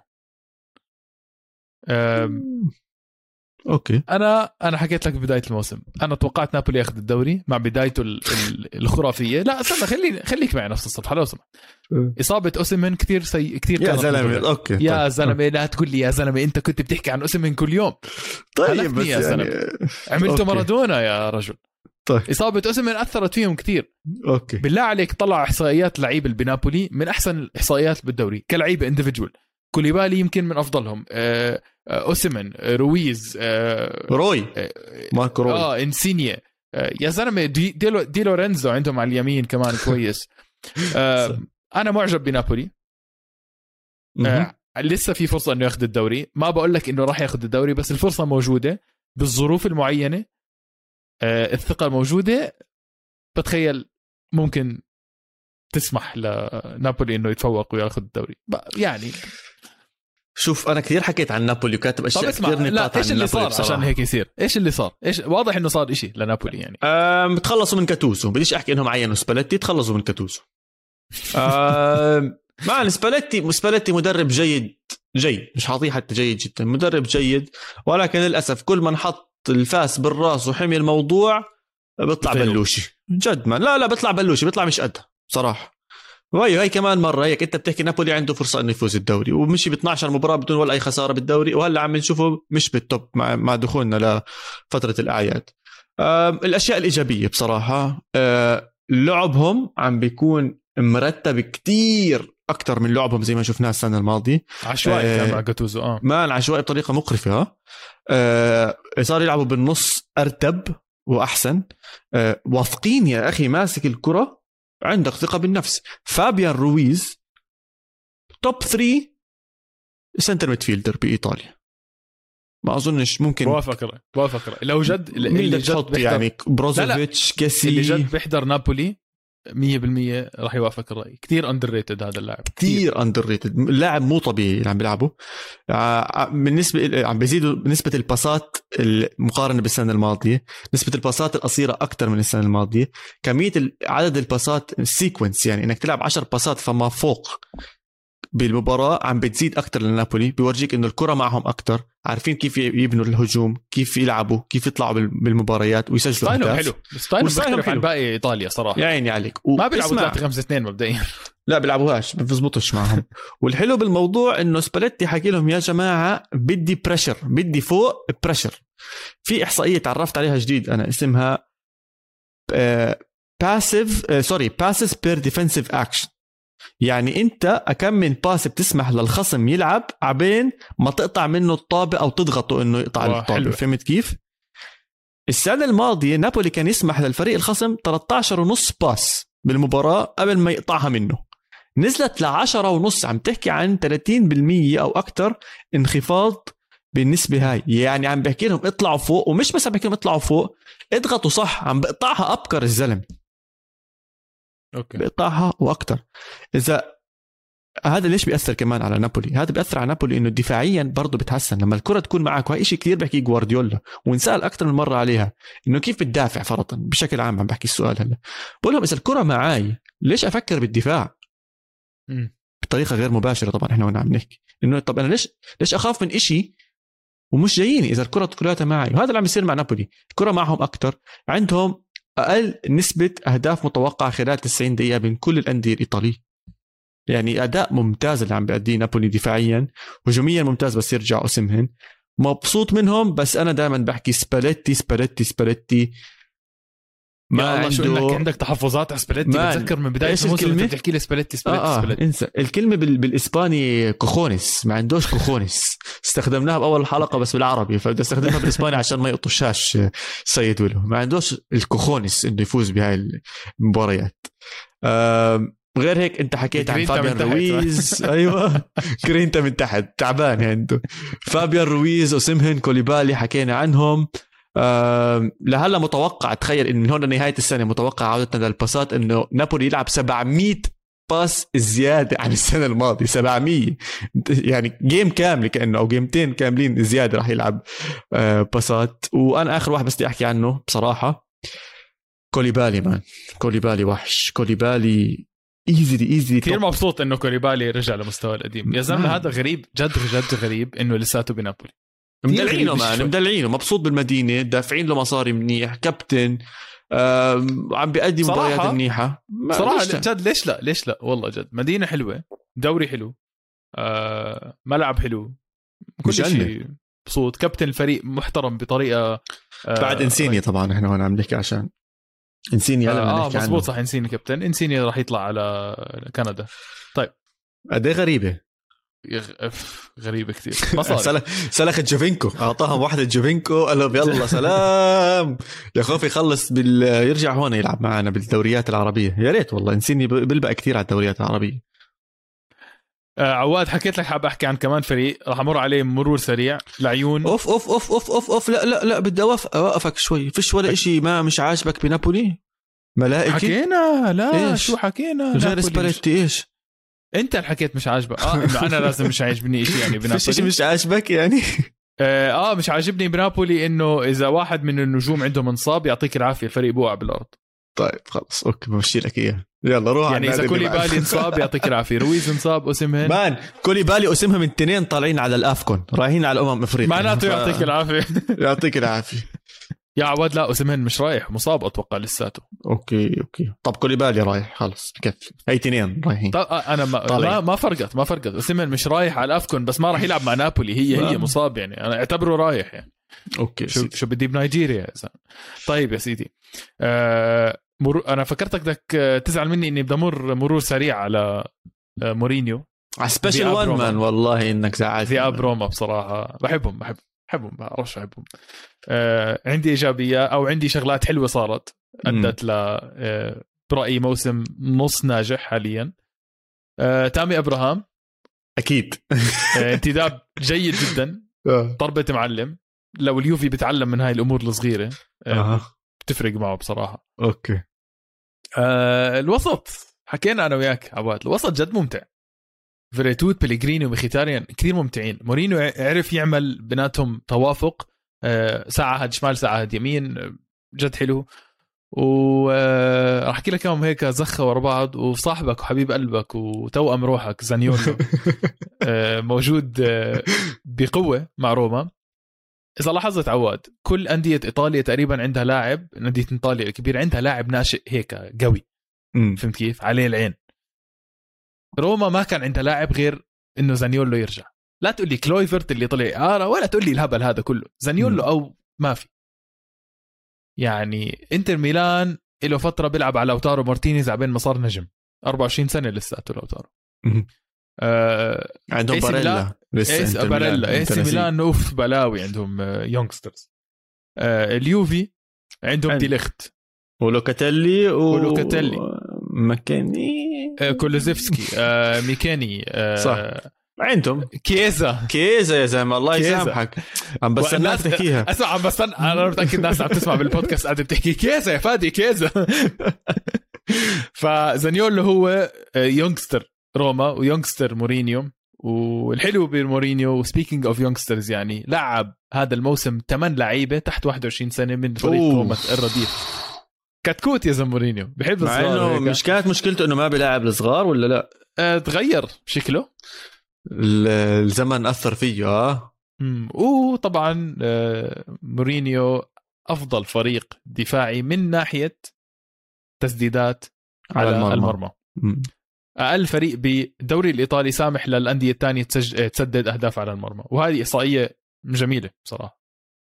[SPEAKER 2] أه
[SPEAKER 1] اوكي
[SPEAKER 2] انا انا حكيت لك ببدايه الموسم انا توقعت نابولي ياخذ الدوري مع بدايته الخرافيه. لا استنى خليني خليك معي نفس الصفحه لو سمحت. اصابه اوسيمين كثير سي كثير
[SPEAKER 1] يا زلمه. اوكي
[SPEAKER 2] يا
[SPEAKER 1] طيب.
[SPEAKER 2] زلمه لا تقول لي يا زلمه، انت كنت بتحكي عن اوسيمين كل يوم.
[SPEAKER 1] طيب بس
[SPEAKER 2] يا زلمه يعني... عملته مارادونا يا رجل.
[SPEAKER 1] طيب
[SPEAKER 2] اصابه اوسيمين اثرت فيهم كثير.
[SPEAKER 1] اوكي
[SPEAKER 2] بالله عليك طلع احصائيات لعيبه بنابولي من احسن الاحصائيات بالدوري كلعيبه انديفيدوال. كوليبالي يمكن من افضلهم، أه اوسيمن، رويز، أه
[SPEAKER 1] روي أه ماركو روي،
[SPEAKER 2] اه انسينيا، أه يا زلمه دي, دي, دي لورينزو عندهم على اليمين كمان كويس. أه انا معجب بنابولي. أه لسه في فرصه انه ياخذ الدوري. ما بقول لك انه راح ياخذ الدوري، بس الفرصه موجوده بالظروف المعينه. أه الثقه موجوده. بتخيل ممكن تسمح لنابولي انه يتفوق وياخذ الدوري يعني.
[SPEAKER 1] شوف انا كثير حكيت عن نابولي وكاتب اشياء كثير نقاط
[SPEAKER 2] ايش اللي صار عشان هيك يصير. ايش اللي صار؟ ايش واضح انه صار إشي لنابولي يعني.
[SPEAKER 1] أه تخلصوا من كاتوسو. بديش احكي انهم عينوا سباليتي، تخلصوا من كاتوسو. أه مع سباليتي سباليتي مدرب جيد جيد مش حاطيه حتى جيد جدا، مدرب جيد، ولكن للاسف كل ما نحط الفاس بالراس وحمي الموضوع بيطلع بلوشي جد. ما لا لا بيطلع بلوشي، بيطلع مش قد صراحه. وهي هاي كمان مرة هيك انت بتحكي نابولي عنده فرصة انه يفوز الدوري ومشي ب اثناشر مباراة بدون ولا اي خسارة بالدوري، وهلا عم نشوفه مش بالتوب مع مع دخولنا لفترة الاعياد. الاشياء الايجابية بصراحة لعبهم عم بيكون مرتب كتير اكتر من لعبهم زي ما شفناه السنة الماضية.
[SPEAKER 2] عشوائي كان مع جاتوزو اه
[SPEAKER 1] ما عشوائي بطريقة مقرفة. اه صار يلعبوا بالنص ارتب واحسن. اه واثقين يا اخي، ماسك الكرة عندك ثقة بالنفس. فابيان رويز توب ثلاثة سنتر ميدفيلدر بإيطاليا، ما أظنش ممكن.
[SPEAKER 2] بوافق بوافق لو جد
[SPEAKER 1] اللي جد بيحضر يعني بروزوفيتش كاسي
[SPEAKER 2] اللي جد بيحضر نابولي مية بالمية راح يوافق الرأي. كتير اندرريتد هذا اللاعب،
[SPEAKER 1] كتير اندرريتد. اللاعب مو طبيعي اللي عم بيلعبه. بالنسبة عم بيزيدوا نسبة الباسات المقارنة بالسنة الماضية، نسبة الباسات القصيرة أكتر من السنة الماضية، كمية عدد الباسات السيكونس يعني إنك تلعب عشر باسات فما فوق بالمباراة عم بتزيد أكتر لنابولي، بيورجيك إنه الكرة معهم أكتر، عارفين كيف يبنوا الهجوم، كيف يلعبوا، كيف يطلعوا بالمباريات ويسجلوا
[SPEAKER 2] أهداف. حلو ستايلهم مختلف عن باقي إيطاليا صراحة.
[SPEAKER 1] يا عيني عليك.
[SPEAKER 2] ما بيلعبوا ثلاثة خمسة اثنين مبدئيا.
[SPEAKER 1] لا بيلعبوهاش، بيزبطوش معهم. والحلو بالموضوع إنه سباليتي حكي لهم يا جماعة بدي بريشر، بدي فوق بريشر. في إحصائية تعرفت عليها جديد أنا اسمها باسيف سوري باسز بير ديفنسيف أكشن. يعني انت كم من باس بتسمح للخصم يلعب عبين ما تقطع منه الطابة او تضغطه انه يقطع الطابة. فهمت كيف؟ السنة الماضية نابولي كان يسمح للفريق الخصم ثلاثة عشر ونص باس بالمباراة قبل ما يقطعها منه، نزلت لعشرة ونص. عم تحكي عن ثلاثين بالمية او اكتر انخفاض بالنسبة هاي. يعني عم بحكي لهم اطلعوا فوق، ومش بس عم بحكي لهم اطلعوا فوق، اضغطوا صح. عم بقطعها ابكر الزلم،
[SPEAKER 2] اوكي
[SPEAKER 1] بقطعها واكتر. اذا هذا ليش بيأثر كمان على نابولي؟ هذا بيأثر على نابولي انه دفاعيا برضه بتحسن لما الكرة تكون معك. وهي شيء كثير بحكي جوارديولا ونسأل اكثر من مرة عليها، انه كيف بتدافع فرضا بشكل عام. عم بحكي السؤال هلا بقول لهم اذا الكرة معاي ليش افكر بالدفاع
[SPEAKER 2] م.
[SPEAKER 1] بطريقة غير مباشرة؟ طبعا احنا وانا عم نحكي انه طب انا ليش ليش اخاف من إشي ومش جاييني اذا الكرة كلها معي؟ وهذا اللي عم يصير مع نابولي. الكرة معهم اكثر، عندهم أقل نسبة أهداف متوقعة خلال تسعين دقيقة بين كل الأندية الإيطالية. يعني أداء ممتاز اللي عم بيأديه نابولي دفاعيا، هجوميا ممتاز. بس يرجع أوسيمهن مبسوط منهم. بس أنا دائما بحكي سباليتي سباليتي سباليتي
[SPEAKER 2] ما الله شو انك عندك تحفظات على سباليتي. بتذكر من بداية الموسم انت بتحكي لي سباليتي سباليتي,
[SPEAKER 1] آه
[SPEAKER 2] سباليتي.
[SPEAKER 1] آه انسى الكلمة بال... بالإسباني كوخونس. ما عندوش كوخونس. استخدمناها بأول حلقة بس بالعربي، فبدي استخدمها بالإسباني عشان ما يقطشاش سيد ويلو. ما عندوش الكوخونس انه يفوز بهاي المباريات. آه غير هيك انت حكيت عن فابيان رويز. ايوه كرينتا من تحت تعبان عنده. فابيان رويز وسيمهن كوليبالي حكينا عنهم. أه لهلا متوقع، تخيل ان من هون لنهايه السنه متوقع عودتنا للباسات انه نابولي يلعب سبعمية باس زياده عن السنه الماضيه. سبعمية يعني جيم كامل كانه، او جيمتين كاملين زياده راح يلعب أه باسات. وانا اخر واحد بس بدي احكي عنه بصراحه كوليبالي. مان كوليبالي وحش. كوليبالي ايزي ايزي
[SPEAKER 2] كثير مبسوط انه كوليبالي رجع لمستوى القديم يا زلمه. هذا غريب جد جد غريب انه لساته بنابولي.
[SPEAKER 1] مدلعينه مان مدلعينه مبسوط بالمدينة، دافعين له مصاري منيح، كابتن عم بيقدم مباريات منيحة
[SPEAKER 2] صراحة. جد ليش لا ليش لا والله جد. مدينة حلوة، دوري حلو، آه ملعب حلو، كل شيء مبسوط. كابتن الفريق محترم بطريقة
[SPEAKER 1] آه بعد انسيني طبعا. احنا هون عم نحكي عشان انسيني.
[SPEAKER 2] اه مزبوط صح. انسيني كابتن. انسيني راح يطلع على كندا. طيب
[SPEAKER 1] قد ايه غريبة
[SPEAKER 2] غريبة كثير. مصاري
[SPEAKER 1] سلخت جوفينكو، اعطاهم واحدة جوفينكو قال له يلا سلام يا خوف يخلص بال... يرجع هون يلعب معنا بالدوريات العربية. يا ريت والله انسيني بلبق كثير على الدوريات العربية.
[SPEAKER 2] آه عواد حكيت لك حاب احكي عن كمان فريق راح امر عليه مرور سريع. العيون.
[SPEAKER 1] اوف اوف اوف اوف اوف, أوف. لا لا لا بدي اوقفك شوي. فيش ولا إشي ما مش عاجبك بنابولي؟ ملائكة
[SPEAKER 2] حكينا. لا
[SPEAKER 1] إيش؟
[SPEAKER 2] شو حكينا؟
[SPEAKER 1] غير سباليتي ايش؟
[SPEAKER 2] انت اللي حكيت مش عاجبك. اه انه انا لازم مش عاجبني شيء يعني بنابولي.
[SPEAKER 1] في شيء مش عاجبك يعني؟
[SPEAKER 2] اه مش عاجبني بنابولي انه اذا واحد من النجوم عندهم انصاب يعطيك العافيه الفريق بوقع بالارض.
[SPEAKER 1] طيب خلص اوكي بمشي لك اياه. يلا روح.
[SPEAKER 2] يعني اذا كوليبالي انصاب يعطيك العافيه، رويز انصاب، اوسيمهن
[SPEAKER 1] مان كوليبالي اوسيمهن من اثنين طالعين على الافكون رايحين على الامم افريقيا.
[SPEAKER 2] معناته يعطيك العافيه.
[SPEAKER 1] يعطيك العافيه
[SPEAKER 2] يا عواد. لا اوسيمهن مش رايح، مصاب اتوقع لساته.
[SPEAKER 1] اوكي اوكي طب كوليبالي رايح خلص بكفي. هي اثنين رايحين.
[SPEAKER 2] طب انا ما ما, ما فرقت ما فرقت اوسيمهن مش رايح على الافكون بس ما راح يلعب مع نابولي. هي هي مصاب يعني. انا اعتبره رايح يعني.
[SPEAKER 1] اوكي
[SPEAKER 2] شو شو بدي بنيجيريا يا زلمه. طيب يا سيدي آه مر... انا فكرتك بدك تزعل مني اني بدي امر مرور سريع على مورينيو
[SPEAKER 1] على سبيشال وان مان. والله انك زعلت.
[SPEAKER 2] في ابروما بصراحه بحبهم بحب بحبهم بعرفش بحبهم. آه عندي ايجابيه او عندي شغلات حلوه صارت ادت ل آه برايي موسم نص ناجح حاليا. آه تامي ابراهام
[SPEAKER 1] اكيد
[SPEAKER 2] آه انتداب جيد جدا. ضربه معلم. لو اليوفي بتعلم من هاي الامور الصغيره آه بتفرق معه بصراحه.
[SPEAKER 1] اوكي
[SPEAKER 2] آه الوسط حكينا انا وياك عواد. الوسط جد ممتع. فيريتوت بيليغريني ومخيتاريان كثير ممتعين. مورينيو عرف يعمل بيناتهم توافق. آه ساعة هاد شمال ساعة هاد يمين. جد حلو. وراح احكي لك يوم هيك زخه ورا بعض. وصاحبك وحبيب قلبك وتوأم روحك زانيولو موجود بقوه مع روما. اذا لاحظت عواد كل انديه ايطاليا تقريبا عندها لاعب، انديه ايطاليا الكبيره عندها لاعب ناشئ هيك قوي، فهمت كيف عليه العين. روما ما كان عندها لاعب غير انه زانيولو يرجع. لا تقول لي كلويفرت اللي طلع آه ولا تقول لي الهبل هذا كله، زانيولو م. او ما في. يعني انتر ميلان له فتره بيلعب على لوتارو مارتينيز عبين ما صار نجم، أربعة وعشرين سنه لسه لوتارو. آه
[SPEAKER 1] عندهم باريلا
[SPEAKER 2] لسه باريلا. اي سي ميلان اوف بلاوي عندهم آه يونغسترز. آه اليوفي عندهم عند. ديليخت
[SPEAKER 1] ولوكاتيلي و...
[SPEAKER 2] ولوكاتيلي
[SPEAKER 1] مكاني
[SPEAKER 2] آه كولوزيفسكي آه ميكاني آه
[SPEAKER 1] صح. عندهم
[SPEAKER 2] كيزا
[SPEAKER 1] كيزا يا زلمه الله يسامحك. عم بستناك تحكيها.
[SPEAKER 2] اسمع عم بستنى، انا متاكد ناس عم تسمع بالبودكاست قاعده بتحكي كيزا يا فادي كيزا. فزانيولو هو يونغستر روما ويونغستر مورينيو. والحلو بمورينيو سبيكينج اوف يونغسترز يعني لعب هذا الموسم ثمان لعيبه تحت واحد وعشرين سنه من فريق روما الرديف. كتكوت يا زلمه مورينيو بحب الصغار.
[SPEAKER 1] مش كانت مشكلته انه ما بيلعب الصغار ولا لا؟
[SPEAKER 2] اه تغير شكله،
[SPEAKER 1] الزمن أثر فيه. اه
[SPEAKER 2] وطبعا مورينيو أفضل فريق دفاعي من ناحية تسديدات على, على المرمى, المرمى. أقل فريق بالدوري الإيطالي سامح للأندية الثانية تسدد أهداف على المرمى، وهذه إحصائية جميلة بصراحة.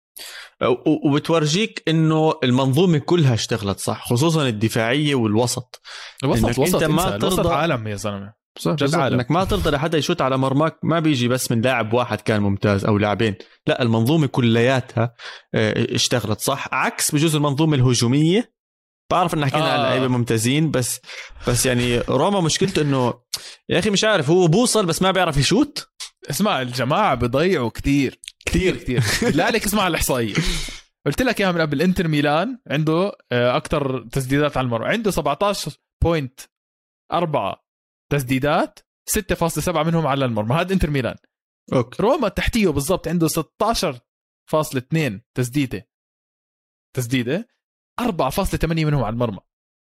[SPEAKER 1] وبتورجيك إنه المنظومة كلها اشتغلت صح، خصوصا الدفاعية والوسط.
[SPEAKER 2] الوسط وسط ما ترضى عالم يا زلمة،
[SPEAKER 1] انك ما ترضى لحدا يشوت على مرماك. ما بيجي بس من لاعب واحد كان ممتاز او لاعبين، لا المنظومه كلياتها اشتغلت صح، عكس بجوز المنظومه الهجوميه. بعرف ان حكينا آه. على لعيبه ممتازين، بس بس يعني روما مشكلته انه يا اخي مش عارف، هو بوصل بس ما بيعرف يشوت.
[SPEAKER 2] اسمع الجماعه بضيعوا كتير كتير كتير. لا عليك اسمع الاحصائيه قلت لك اياها من قبل. انتر ميلان عنده اكتر تسديدات على المرمى، عنده سبعة عشر فاصلة أربعة تسديدات، ستة فاصلة سبعة منهم على المرمى. هذا انتر ميلان. أوكي. روما تحتيه بالضبط عنده ستة عشر فاصلة اثنين تسديده تسديده أربعة فاصلة ثمانية منهم على المرمى.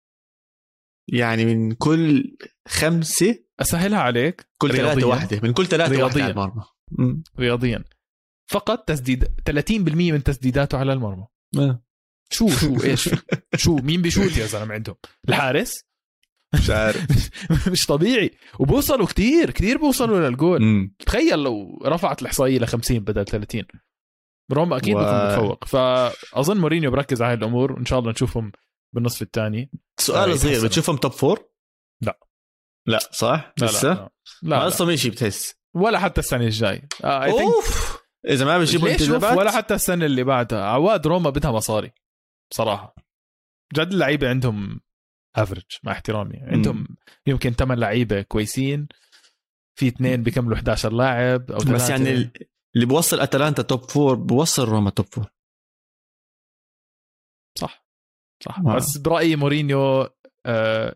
[SPEAKER 1] يعني من كل خمسة
[SPEAKER 2] اسهلها عليك،
[SPEAKER 1] كل ثلاثة واحدة من كل ثلاثة واحدة على المرمى.
[SPEAKER 2] م. رياضيا فقط تسديد ثلاثين بالمية من تسديداته على المرمى.
[SPEAKER 1] أه.
[SPEAKER 2] شو شو ايش شو مين بيشوت يا زلمه عندهم؟ الحارس
[SPEAKER 1] مش عارف.
[SPEAKER 2] مش طبيعي. وبوصلوا كتير كتير بوصلوا للجول. م. تخيل لو رفعت الإحصائية لخمسين بدل ثلاثين، روما أكيد و... بيكون متفوق. فأظن مورينيو بركز على الأمور، وإن شاء الله نشوفهم بالنصف الثاني.
[SPEAKER 1] سؤال صغير، بتشوفهم توب فور؟
[SPEAKER 2] لا
[SPEAKER 1] لا صح؟
[SPEAKER 2] لا لسه؟ لا لا,
[SPEAKER 1] ما أصلا ماشي بتحس
[SPEAKER 2] ولا حتى السنة الجاي. آه
[SPEAKER 1] أوف إذا ما بيجيبوا انتدابات
[SPEAKER 2] ولا حتى السنة اللي بعدها. عواد روما بدها مصاري بصراحة، جد اللعيبة عندهم افريج مع احترامي. عندهم م. يمكن ثمان لعيبه كويسين، في اثنين بيكملوا إحدى عشر لاعب او ثلاثة.
[SPEAKER 1] بس يعني اللي بوصل اتلانتا توب فور بوصل روما توب فور.
[SPEAKER 2] صح صح آه. بس برايي مورينيو آه...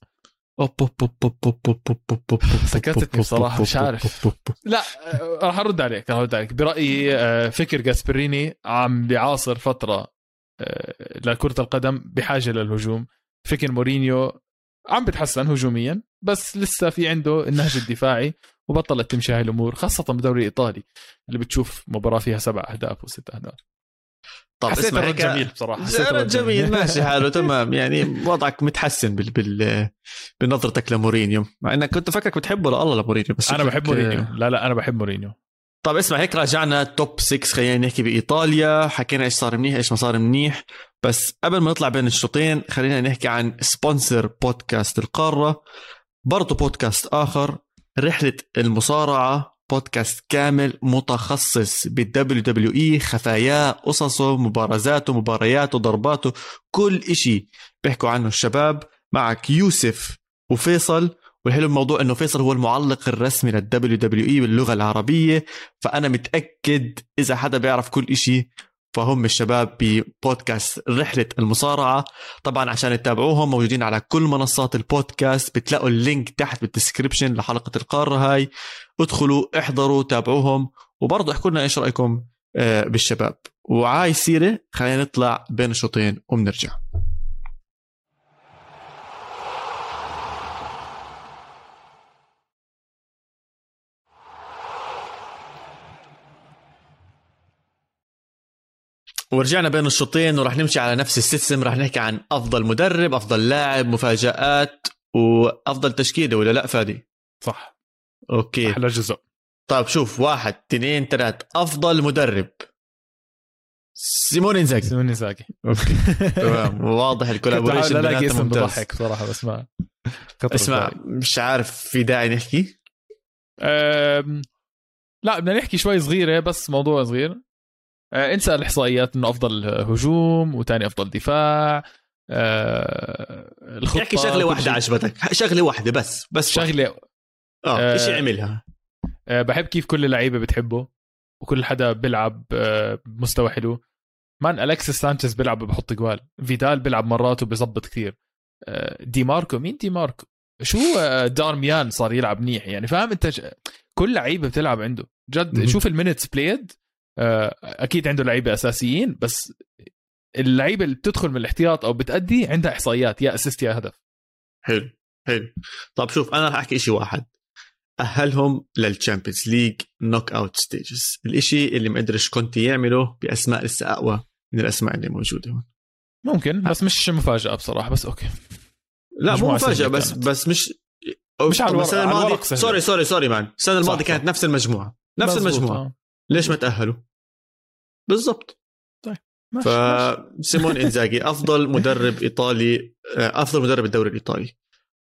[SPEAKER 2] سكتتني بصراحه مش عارف. لا راح ارد عليك راح ارد عليك برايي آه فكر جاسبريني عم بيعاصر فتره آه لكره القدم بحاجه للهجوم. فكر مورينيو عم بتحسن هجوميا، بس لسه في عنده النهج الدفاعي وبطلت تمشي هاي الأمور، خاصة بالدوري الإيطالي اللي بتشوف مباراة فيها سبع أهداف وست أهداف.
[SPEAKER 1] طب
[SPEAKER 2] حسيت رد جميل بصراحة،
[SPEAKER 1] حسيت رد جميل ماشي حاله تمام. يعني وضعك متحسن بال بال بنظرتك لمورينيو، مع انك كنت فكرك بتحبه لله لمورينيو. بس
[SPEAKER 2] انا بحب مورينيو. لا لا انا بحب مورينيو.
[SPEAKER 1] طب اسمع، هيك راجعنا توب ستة، خلينا نحكي بإيطاليا، حكينا إيش صار منيح إيش ما صار منيح. بس قبل ما نطلع بين الشوطين خلينا نحكي عن سبونسر بودكاست القارة، برضو بودكاست آخر، رحلة المصارعة، بودكاست كامل متخصص بالدبليو دبليو إي، خفاياه، قصصه، مبارزاته، مبارياته، ضرباته، كل إشي بيحكوا عنه الشباب. معك يوسف وفيصل، والحلو الموضوع انه فيصل هو المعلق الرسمي للدبليو دبليو اي باللغة العربية، فانا متأكد اذا حدا بيعرف كل اشي فهم الشباب ببودكاست رحلة المصارعة. طبعا عشان تتابعوهم موجودين على كل منصات البودكاست، بتلاقوا اللينك تحت بالديسكريبشن لحلقة القارة هاي، ادخلوا احضروا تابعوهم، وبرضو احكوا لنا ايش رأيكم بالشباب. وعاي سيرة خلينا نطلع بين الشوطين وبنرجع. ورجعنا بين الشوطين وراح نمشي على نفس السيستم. راح نحكي عن افضل مدرب، افضل لاعب، مفاجآت، وافضل تشكيله، ولا لا فادي؟
[SPEAKER 2] صح.
[SPEAKER 1] اوكي
[SPEAKER 2] احلى جزء.
[SPEAKER 1] طيب شوف، واحد اثنين ثلاث. افضل مدرب سيمون إنزاغي.
[SPEAKER 2] سيمون إنزاغي.
[SPEAKER 1] اوكي تمام. واضح الكولابوريشن بيناتهم ممتاز.
[SPEAKER 2] بضحك صراحه بس ما
[SPEAKER 1] اسمع مش عارف في داعي نحكي.
[SPEAKER 2] أم... لا بدنا نحكي شوي صغيره بس موضوع صغير. أه انسى الاحصائيات انه افضل هجوم وتاني افضل دفاع. أه...
[SPEAKER 1] الخطه احكي شغله واحده عجبتك، شغله واحده بس بس
[SPEAKER 2] شغله
[SPEAKER 1] اه أه... ايش يعملها.
[SPEAKER 2] أه بحب كيف كل اللعيبه بتحبه وكل حدا بيلعب أه بمستوى حلو. مان أليكسيس سانشيز بيلعب بحط جوال، فيدال بيلعب مرات وبيزبط كثير. أه دي ماركو مين دي ماركو شو أه دارميان صار يلعب منيح يعني فاهم انت ج... كل لعيبه بتلعب عنده جد. م- شوف المينتس بلايد أه اكيد عنده لعيبه اساسيين بس اللعيبه اللي بتدخل من الاحتياط او بتأدي عندها احصائيات يا اسيست يا هدف.
[SPEAKER 1] حلو حلو. طب شوف انا راح احكي شيء واحد، أهلهم للتشامبيونز ليج نوك أوت ستيجز، الإشي اللي ما قدرش كونتي يعمله بأسماء لسه أقوى من الأسماء اللي موجودة هون.
[SPEAKER 2] ممكن بس مش مفاجأة بصراحة بس أوكي.
[SPEAKER 1] لا مو مفاجأة بس كانت. بس مش
[SPEAKER 2] مش على السنة الماضية.
[SPEAKER 1] سوري سوري سوري مان السنة الماضية كانت نفس المجموعة نفس المجموعة آه. ليش ما تأهلوا بالضبط؟
[SPEAKER 2] طيب
[SPEAKER 1] فسيمون إنزاغي أفضل مدرب إيطالي، أفضل مدرب الدوري الإيطالي.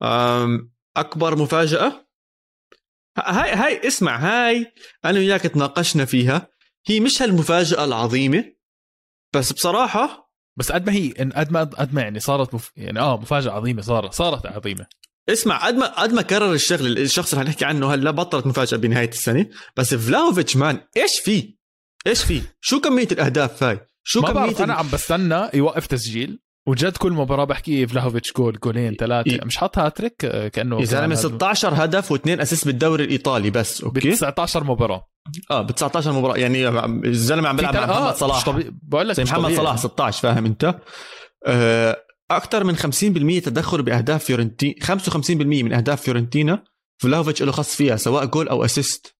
[SPEAKER 1] أكبر مفاجأة هاي هاي اسمع هاي أنا وياك تناقشنا فيها، هي مش هالمفاجأة العظيمة بس بصراحة
[SPEAKER 2] بس قد ما هي قد ما قد ما يعني صارت مف... يعني اه مفاجأة عظيمة صارت صارت عظيمة.
[SPEAKER 1] اسمع قد ما قد ما كرر الشغل الشخص اللي هنحكي عنه هلا بطلت مفاجأة بنهاية السنة. بس فلاوفيتش مان ايش فيه ايش فيه شو كمية الأهداف هاي شو
[SPEAKER 2] ما
[SPEAKER 1] كمية
[SPEAKER 2] بعرف. أنا عم بستنى يوقف تسجيل وجد كل مباراة بحكي فلاهوفيتش جول جولين ثلاثة إيه؟ مش حط هاتريك كأنه
[SPEAKER 1] إذا من ستة عشر هدف واثنين أسيست بالدوري الإيطالي بس أوكي
[SPEAKER 2] ب تسعة عشر مباراة اه
[SPEAKER 1] ب تسعة عشر مباراة يعني الزلمة عم بيلعب مع محمد آه صلاح طبي...
[SPEAKER 2] بقول لك
[SPEAKER 1] محمد صلاح ستة عشر فاهم أنت. آه أكثر من خمسين بالمية تدخل بأهداف فيورنتينا، خمسة وخمسين بالمية من أهداف فيورنتينا فلاهوفيتش له خص فيها سواء جول أو أسيست.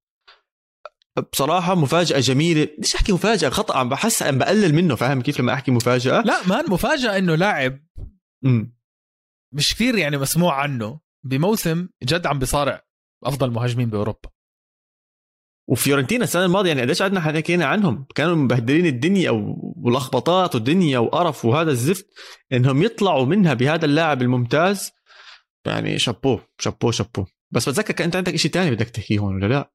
[SPEAKER 1] بصراحة مفاجأة جميلة. ليش أحكي مفاجأة خطأ عم بحس عم بقلل منه فاهم كيف لما أحكي مفاجأة.
[SPEAKER 2] لا ما مفاجأة إنه لاعب
[SPEAKER 1] م.
[SPEAKER 2] مش كثير يعني مسموع عنه بموسم جد عم بيصارع أفضل مهاجمين بأوروبا.
[SPEAKER 1] وفيورنتينا السنة الماضية يعني قديش عدنا حكينا عنهم كانوا مبهدلين الدنيا ولخبطات والدنيا وقرف وهذا الزفت، إنهم يطلعوا منها بهذا اللاعب الممتاز يعني شابو شابو شابو. بس بتذكر أنت عندك إشي تاني بدك تحكيه هون ولا لا؟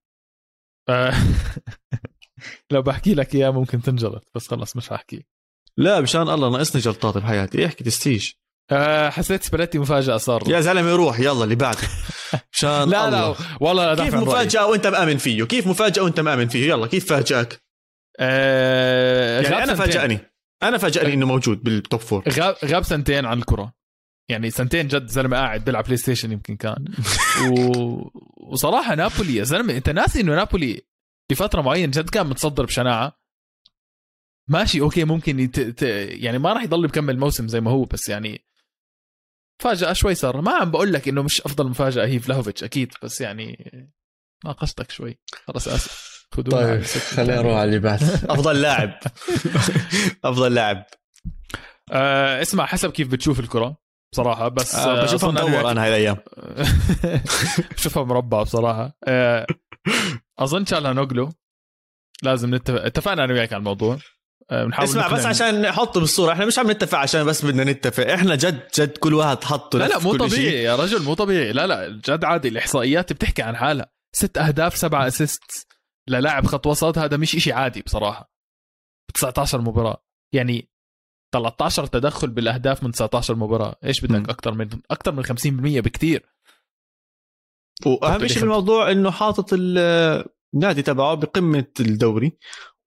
[SPEAKER 2] لو بحكي لك إياه ممكن تنجلط بس خلص مش هحكي.
[SPEAKER 1] لا مشان الله ناقصني جلطات بحياتي احكي تستيش.
[SPEAKER 2] أه حسيت سبلاتي مفاجأة صار
[SPEAKER 1] يا زلمة روح يلا اللي بعده مشان
[SPEAKER 2] لا
[SPEAKER 1] الله.
[SPEAKER 2] لا والله لا
[SPEAKER 1] كيف مفاجأة رأيي. وانت مأمن فيه كيف مفاجأة وانت مأمن فيه يلا كيف فاجأك؟
[SPEAKER 2] أه
[SPEAKER 1] يعني أنا فاجأني أنا فاجأني إنه موجود بالتوب فور.
[SPEAKER 2] غاب غاب سنتين عن الكرة يعني سنتين جد زلمة قاعد بيلعب بلاي ستيشن يمكن كان و... وصراحة نابولي يا زلمة انت ناسي انه نابولي بفترة معينة جد كان متصدر بشناعة ماشي اوكي ممكن يت... ت... يعني ما راح يضل بكمل الموسم زي ما هو بس يعني فاجأة شوي صار. ما عم بقول لك انه مش افضل مفاجأة هي فلاهوفيتش اكيد بس يعني ناقشتك شوي خلاص اسف.
[SPEAKER 1] طيب خلينا نروح على اللي بعد. افضل لاعب افضل لاعب
[SPEAKER 2] أه اسمع حسب كيف بتشوف الكرة بصراحة بس
[SPEAKER 1] أه بشوفها مدور أنا هاي الأيام
[SPEAKER 2] بشوفها مربع بصراحة. أه أظن شالهانوغلو لازم نتفق. اتفقنا أنا وياك على الموضوع. أه
[SPEAKER 1] اسمع بس عشان نحطه بالصورة احنا مش عم نتفق عشان بس بدنا نتفق احنا جد جد كل واحد حطه.
[SPEAKER 2] لا لا مو طبيعي يا رجل مو طبيعي. لا لا جد عادي الإحصائيات بتحكي عن حالها. ست أهداف سبعة أسيست للاعب خط وسط هذا مش إشي عادي بصراحة. تسعة عشر مباراة يعني ثلاثة عشر تدخل بالاهداف من تسعة عشر مباراه. ايش بدك اكثر من اكثر من خمسين بالمية بكتير.
[SPEAKER 1] واهم شيء بالموضوع انه حاطط النادي تبعه بقمه الدوري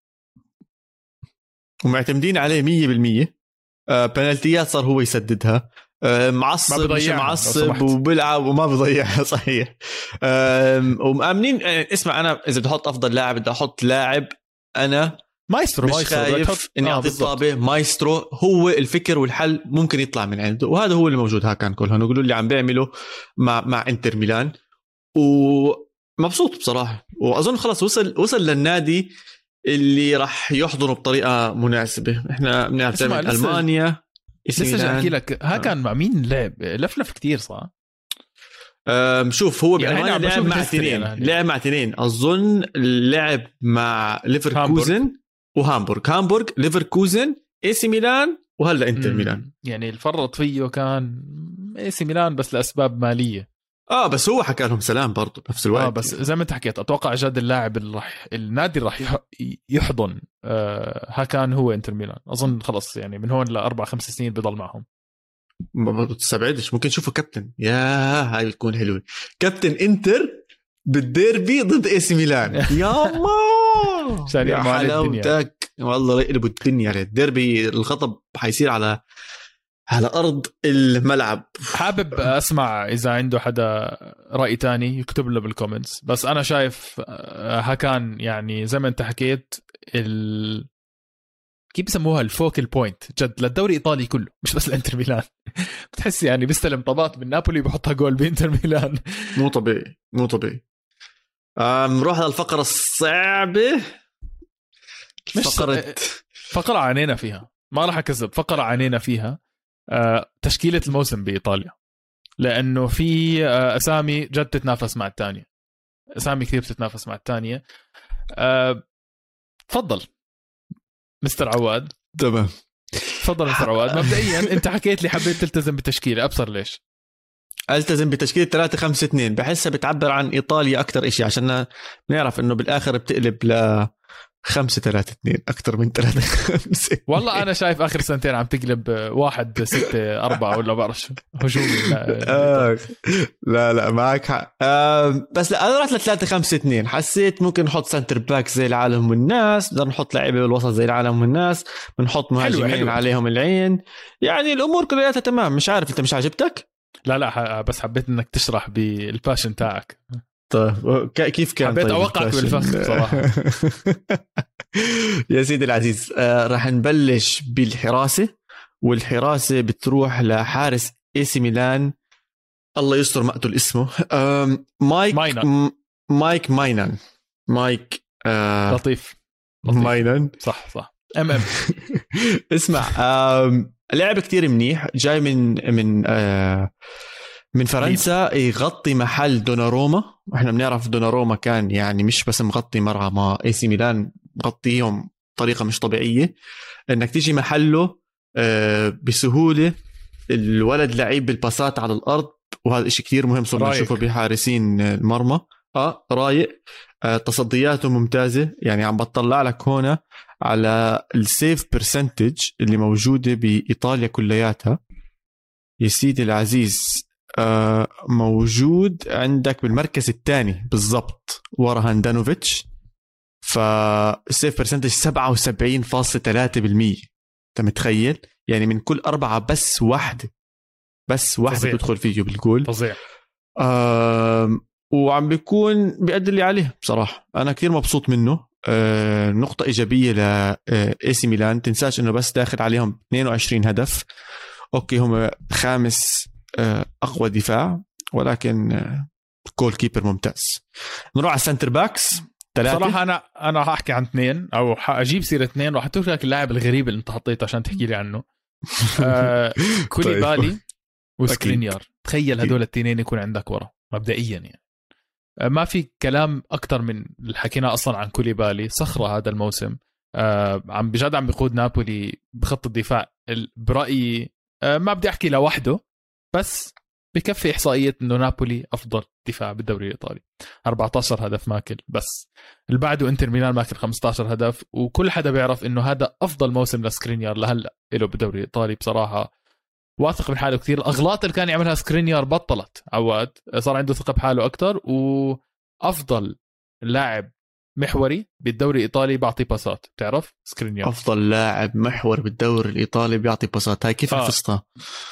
[SPEAKER 1] ومعتمدين عليه مية بالمية. آه بنالتيات صار هو يسددها. آه معصب مش معصب وبيلعب وما بيضيعها صحيح. آه ومأمنين. آه اسمع انا اذا بدي احط افضل لاعب بدي احط لاعب انا
[SPEAKER 2] مايسترو
[SPEAKER 1] مش
[SPEAKER 2] مايسترو
[SPEAKER 1] خايف اني اعطي الطابه. مايسترو هو الفكر والحل ممكن يطلع من عنده وهذا هو اللي موجود. ها كان كلهم يقولوا اللي عم بيعمله مع مع انتر ميلان ومبسوط بصراحه. واظن خلاص وصل وصل للنادي اللي راح يحضنوا بطريقه مناسبه. احنا بنعرف زي المانيا
[SPEAKER 2] لسه جاي احكي لك ها كان مع مين لعب لفلف كتير صح.
[SPEAKER 1] شوف هو يعني لعب مع اثنين لعب مع اثنين اظن لعب مع ليفركوزن وهامبورغ هامبورغ ليفركوزن اي سي ميلان وهلا انتر ميلان.
[SPEAKER 2] يعني الفرط فيه كان اي سي ميلان بس لاسباب ماليه.
[SPEAKER 1] اه بس هو حكى لهم سلام برضه بنفس الوقت.
[SPEAKER 2] اه بس زي ما انت حكيت اتوقع جد اللاعب اللي راح النادي راح يحضن آه ها كان هو انتر ميلان اظن خلص يعني من هون لاربع خمس سنين بضل معهم.
[SPEAKER 1] ما بتستبعدش ممكن نشوفه كابتن. يا هاي بتكون حلوه كابتن انتر بالديربي ضد اي سي ميلان. يا الله يا حلاوتك والله يقلبوا الدنيا. الديربي الخطب حيصير على على أرض الملعب.
[SPEAKER 2] حابب أسمع إذا عنده حدا رأي تاني يكتب له بالكومنتس. بس أنا شايف هكان يعني زي ما أنت حكيت ال... كيف بسموها الفوكل بوينت جد للدوري الإيطالي كله مش بس الانتر ميلان. بتحس يعني بيستلم طابات من نابولي بحطها جول بإنتر ميلان.
[SPEAKER 1] مو طبيعي مو طبيعي. نروح للفقرة الصعبة.
[SPEAKER 2] فقرة فقرة عانينا فيها ما راح أكذب فقرة عانينا فيها أه، تشكيلة الموسم بإيطاليا لأنه في أه، أسامي جد تتنافس مع الثانية. أسامي كثير تتنافس مع الثانية. أه، تفضل مستر عواد.
[SPEAKER 1] تمام
[SPEAKER 2] تفضل مستر عواد. مبدئيا أنت حكيت لي حبيت تلتزم بتشكيلة أبصر ليش.
[SPEAKER 1] التزم بتشكيلة ثلاثة خمسة اثنين بحسها بتعبر عن إيطاليا أكتر إشي عشان نعرف إنه بالآخر بتقلب ل خمسة ثلاثة اثنين أكتر من ثلاثة خمسة.
[SPEAKER 2] والله أنا شايف آخر سنتين عم تقلب واحد ستة أربعة ولا بعرف هجومي.
[SPEAKER 1] لا, لا لا معك حق. آه بس لا أنا رحت لثلاثة خمسة اثنين حسيت ممكن نحط سنتر باك زي العالم والناس بدنا نحط لاعبين بالوسط زي العالم والناس بنحط مهاجمين حلو حلو. عليهم العين يعني الأمور كلها تمام. مش عارف أنت مش عجبتك؟
[SPEAKER 2] لا لا بس حبيت إنك تشرح بالباشن تاعك.
[SPEAKER 1] طيب كيف كان؟
[SPEAKER 2] حبيت
[SPEAKER 1] طيب
[SPEAKER 2] أوقعك بالفخ بصراحة.
[SPEAKER 1] يا سيدي العزيز آه راح نبلش بالحراسة. والحراسة بتروح لحارس اي سي ميلان الله يستر مقتل اسمه آه مايك
[SPEAKER 2] ماينان.
[SPEAKER 1] مايك ماينان مايك آه
[SPEAKER 2] لطيف,
[SPEAKER 1] لطيف. ماينان
[SPEAKER 2] صح صح ام ام.
[SPEAKER 1] اسمع آه لعب كتير منيح جاي من من آه من فرنسا يغطي محل دوناروما. احنا بنعرف دوناروما كان يعني مش بس مغطي مرة مع اي سي ميلان مغطيهم بطريقة مش طبيعية. انك تيجي محله بسهولة. الولد لعيب بالباسات على الارض وهذا اشي كتير مهم صرنا نشوفه بحارسين المرمى. اه رايق. آه تصدياته ممتازة يعني عم بطلع لك هنا على السيف برسنتج اللي موجودة بإيطاليا كلياتها يا سيدي العزيز. آه موجود عندك بالمركز الثاني بالضبط ورا هاندانوفيتش. فالسيف برسنتج سبعة وسبعين فاصلة ثلاثة بالمية. انت متخيل يعني من كل أربعة بس واحدة بس واحدة تدخل فيه بالجول.
[SPEAKER 2] فظيع.
[SPEAKER 1] آه وعم بيكون بيأدي اللي عليه بصراحة. أنا كثير مبسوط منه. آه نقطة إيجابية لإي سي ميلان. تنساش إنه بس داخل عليهم اثنين وعشرين هدف. أوكي هم خامس آه أقوى دفاع ولكن آه كول كيبر ممتاز. نروح على السنتر باكس ثلاثة.
[SPEAKER 2] صراحة أنا أنا راح أحكي عن اثنين أو أجيب سيرة اثنين راح أترك لك اللاعب الغريب اللي أنت حطيته عشان تحكي لي عنه. آه كوليبالي وسكرينيار. تخيل هدول التنين يكون عندك ورا مبدئيا يعني آه ما في كلام أكتر من اللي حكينا أصلا عن كوليبالي. صخرة هذا الموسم. آه عم بجد عم بيقود نابولي بخط الدفاع برأيي. آه ما بدي أحكي لوحده بس بكفي إحصائية إنه نابولي أفضل دفاع بالدوري الإيطالي. أربعة عشر هدف ماكل بس. اللي بعده إنتر ميلان ماكل خمسة عشر هدف. وكل حدا بيعرف إنه هذا أفضل موسم لسكرينيار لهلا له بالدوري الإيطالي بصراحة. واثق من حاله كثير. الأغلاط اللي كان يعملها سكرينيار بطلت. عواد صار عنده ثقة بحاله أكتر وأفضل لاعب محوري بالدوري الإيطالي بعطي باسات. تعرف سكرينيار
[SPEAKER 1] أفضل لاعب محور بالدوري الإيطالي بيعطي باسات. هاي كيف حفظتها؟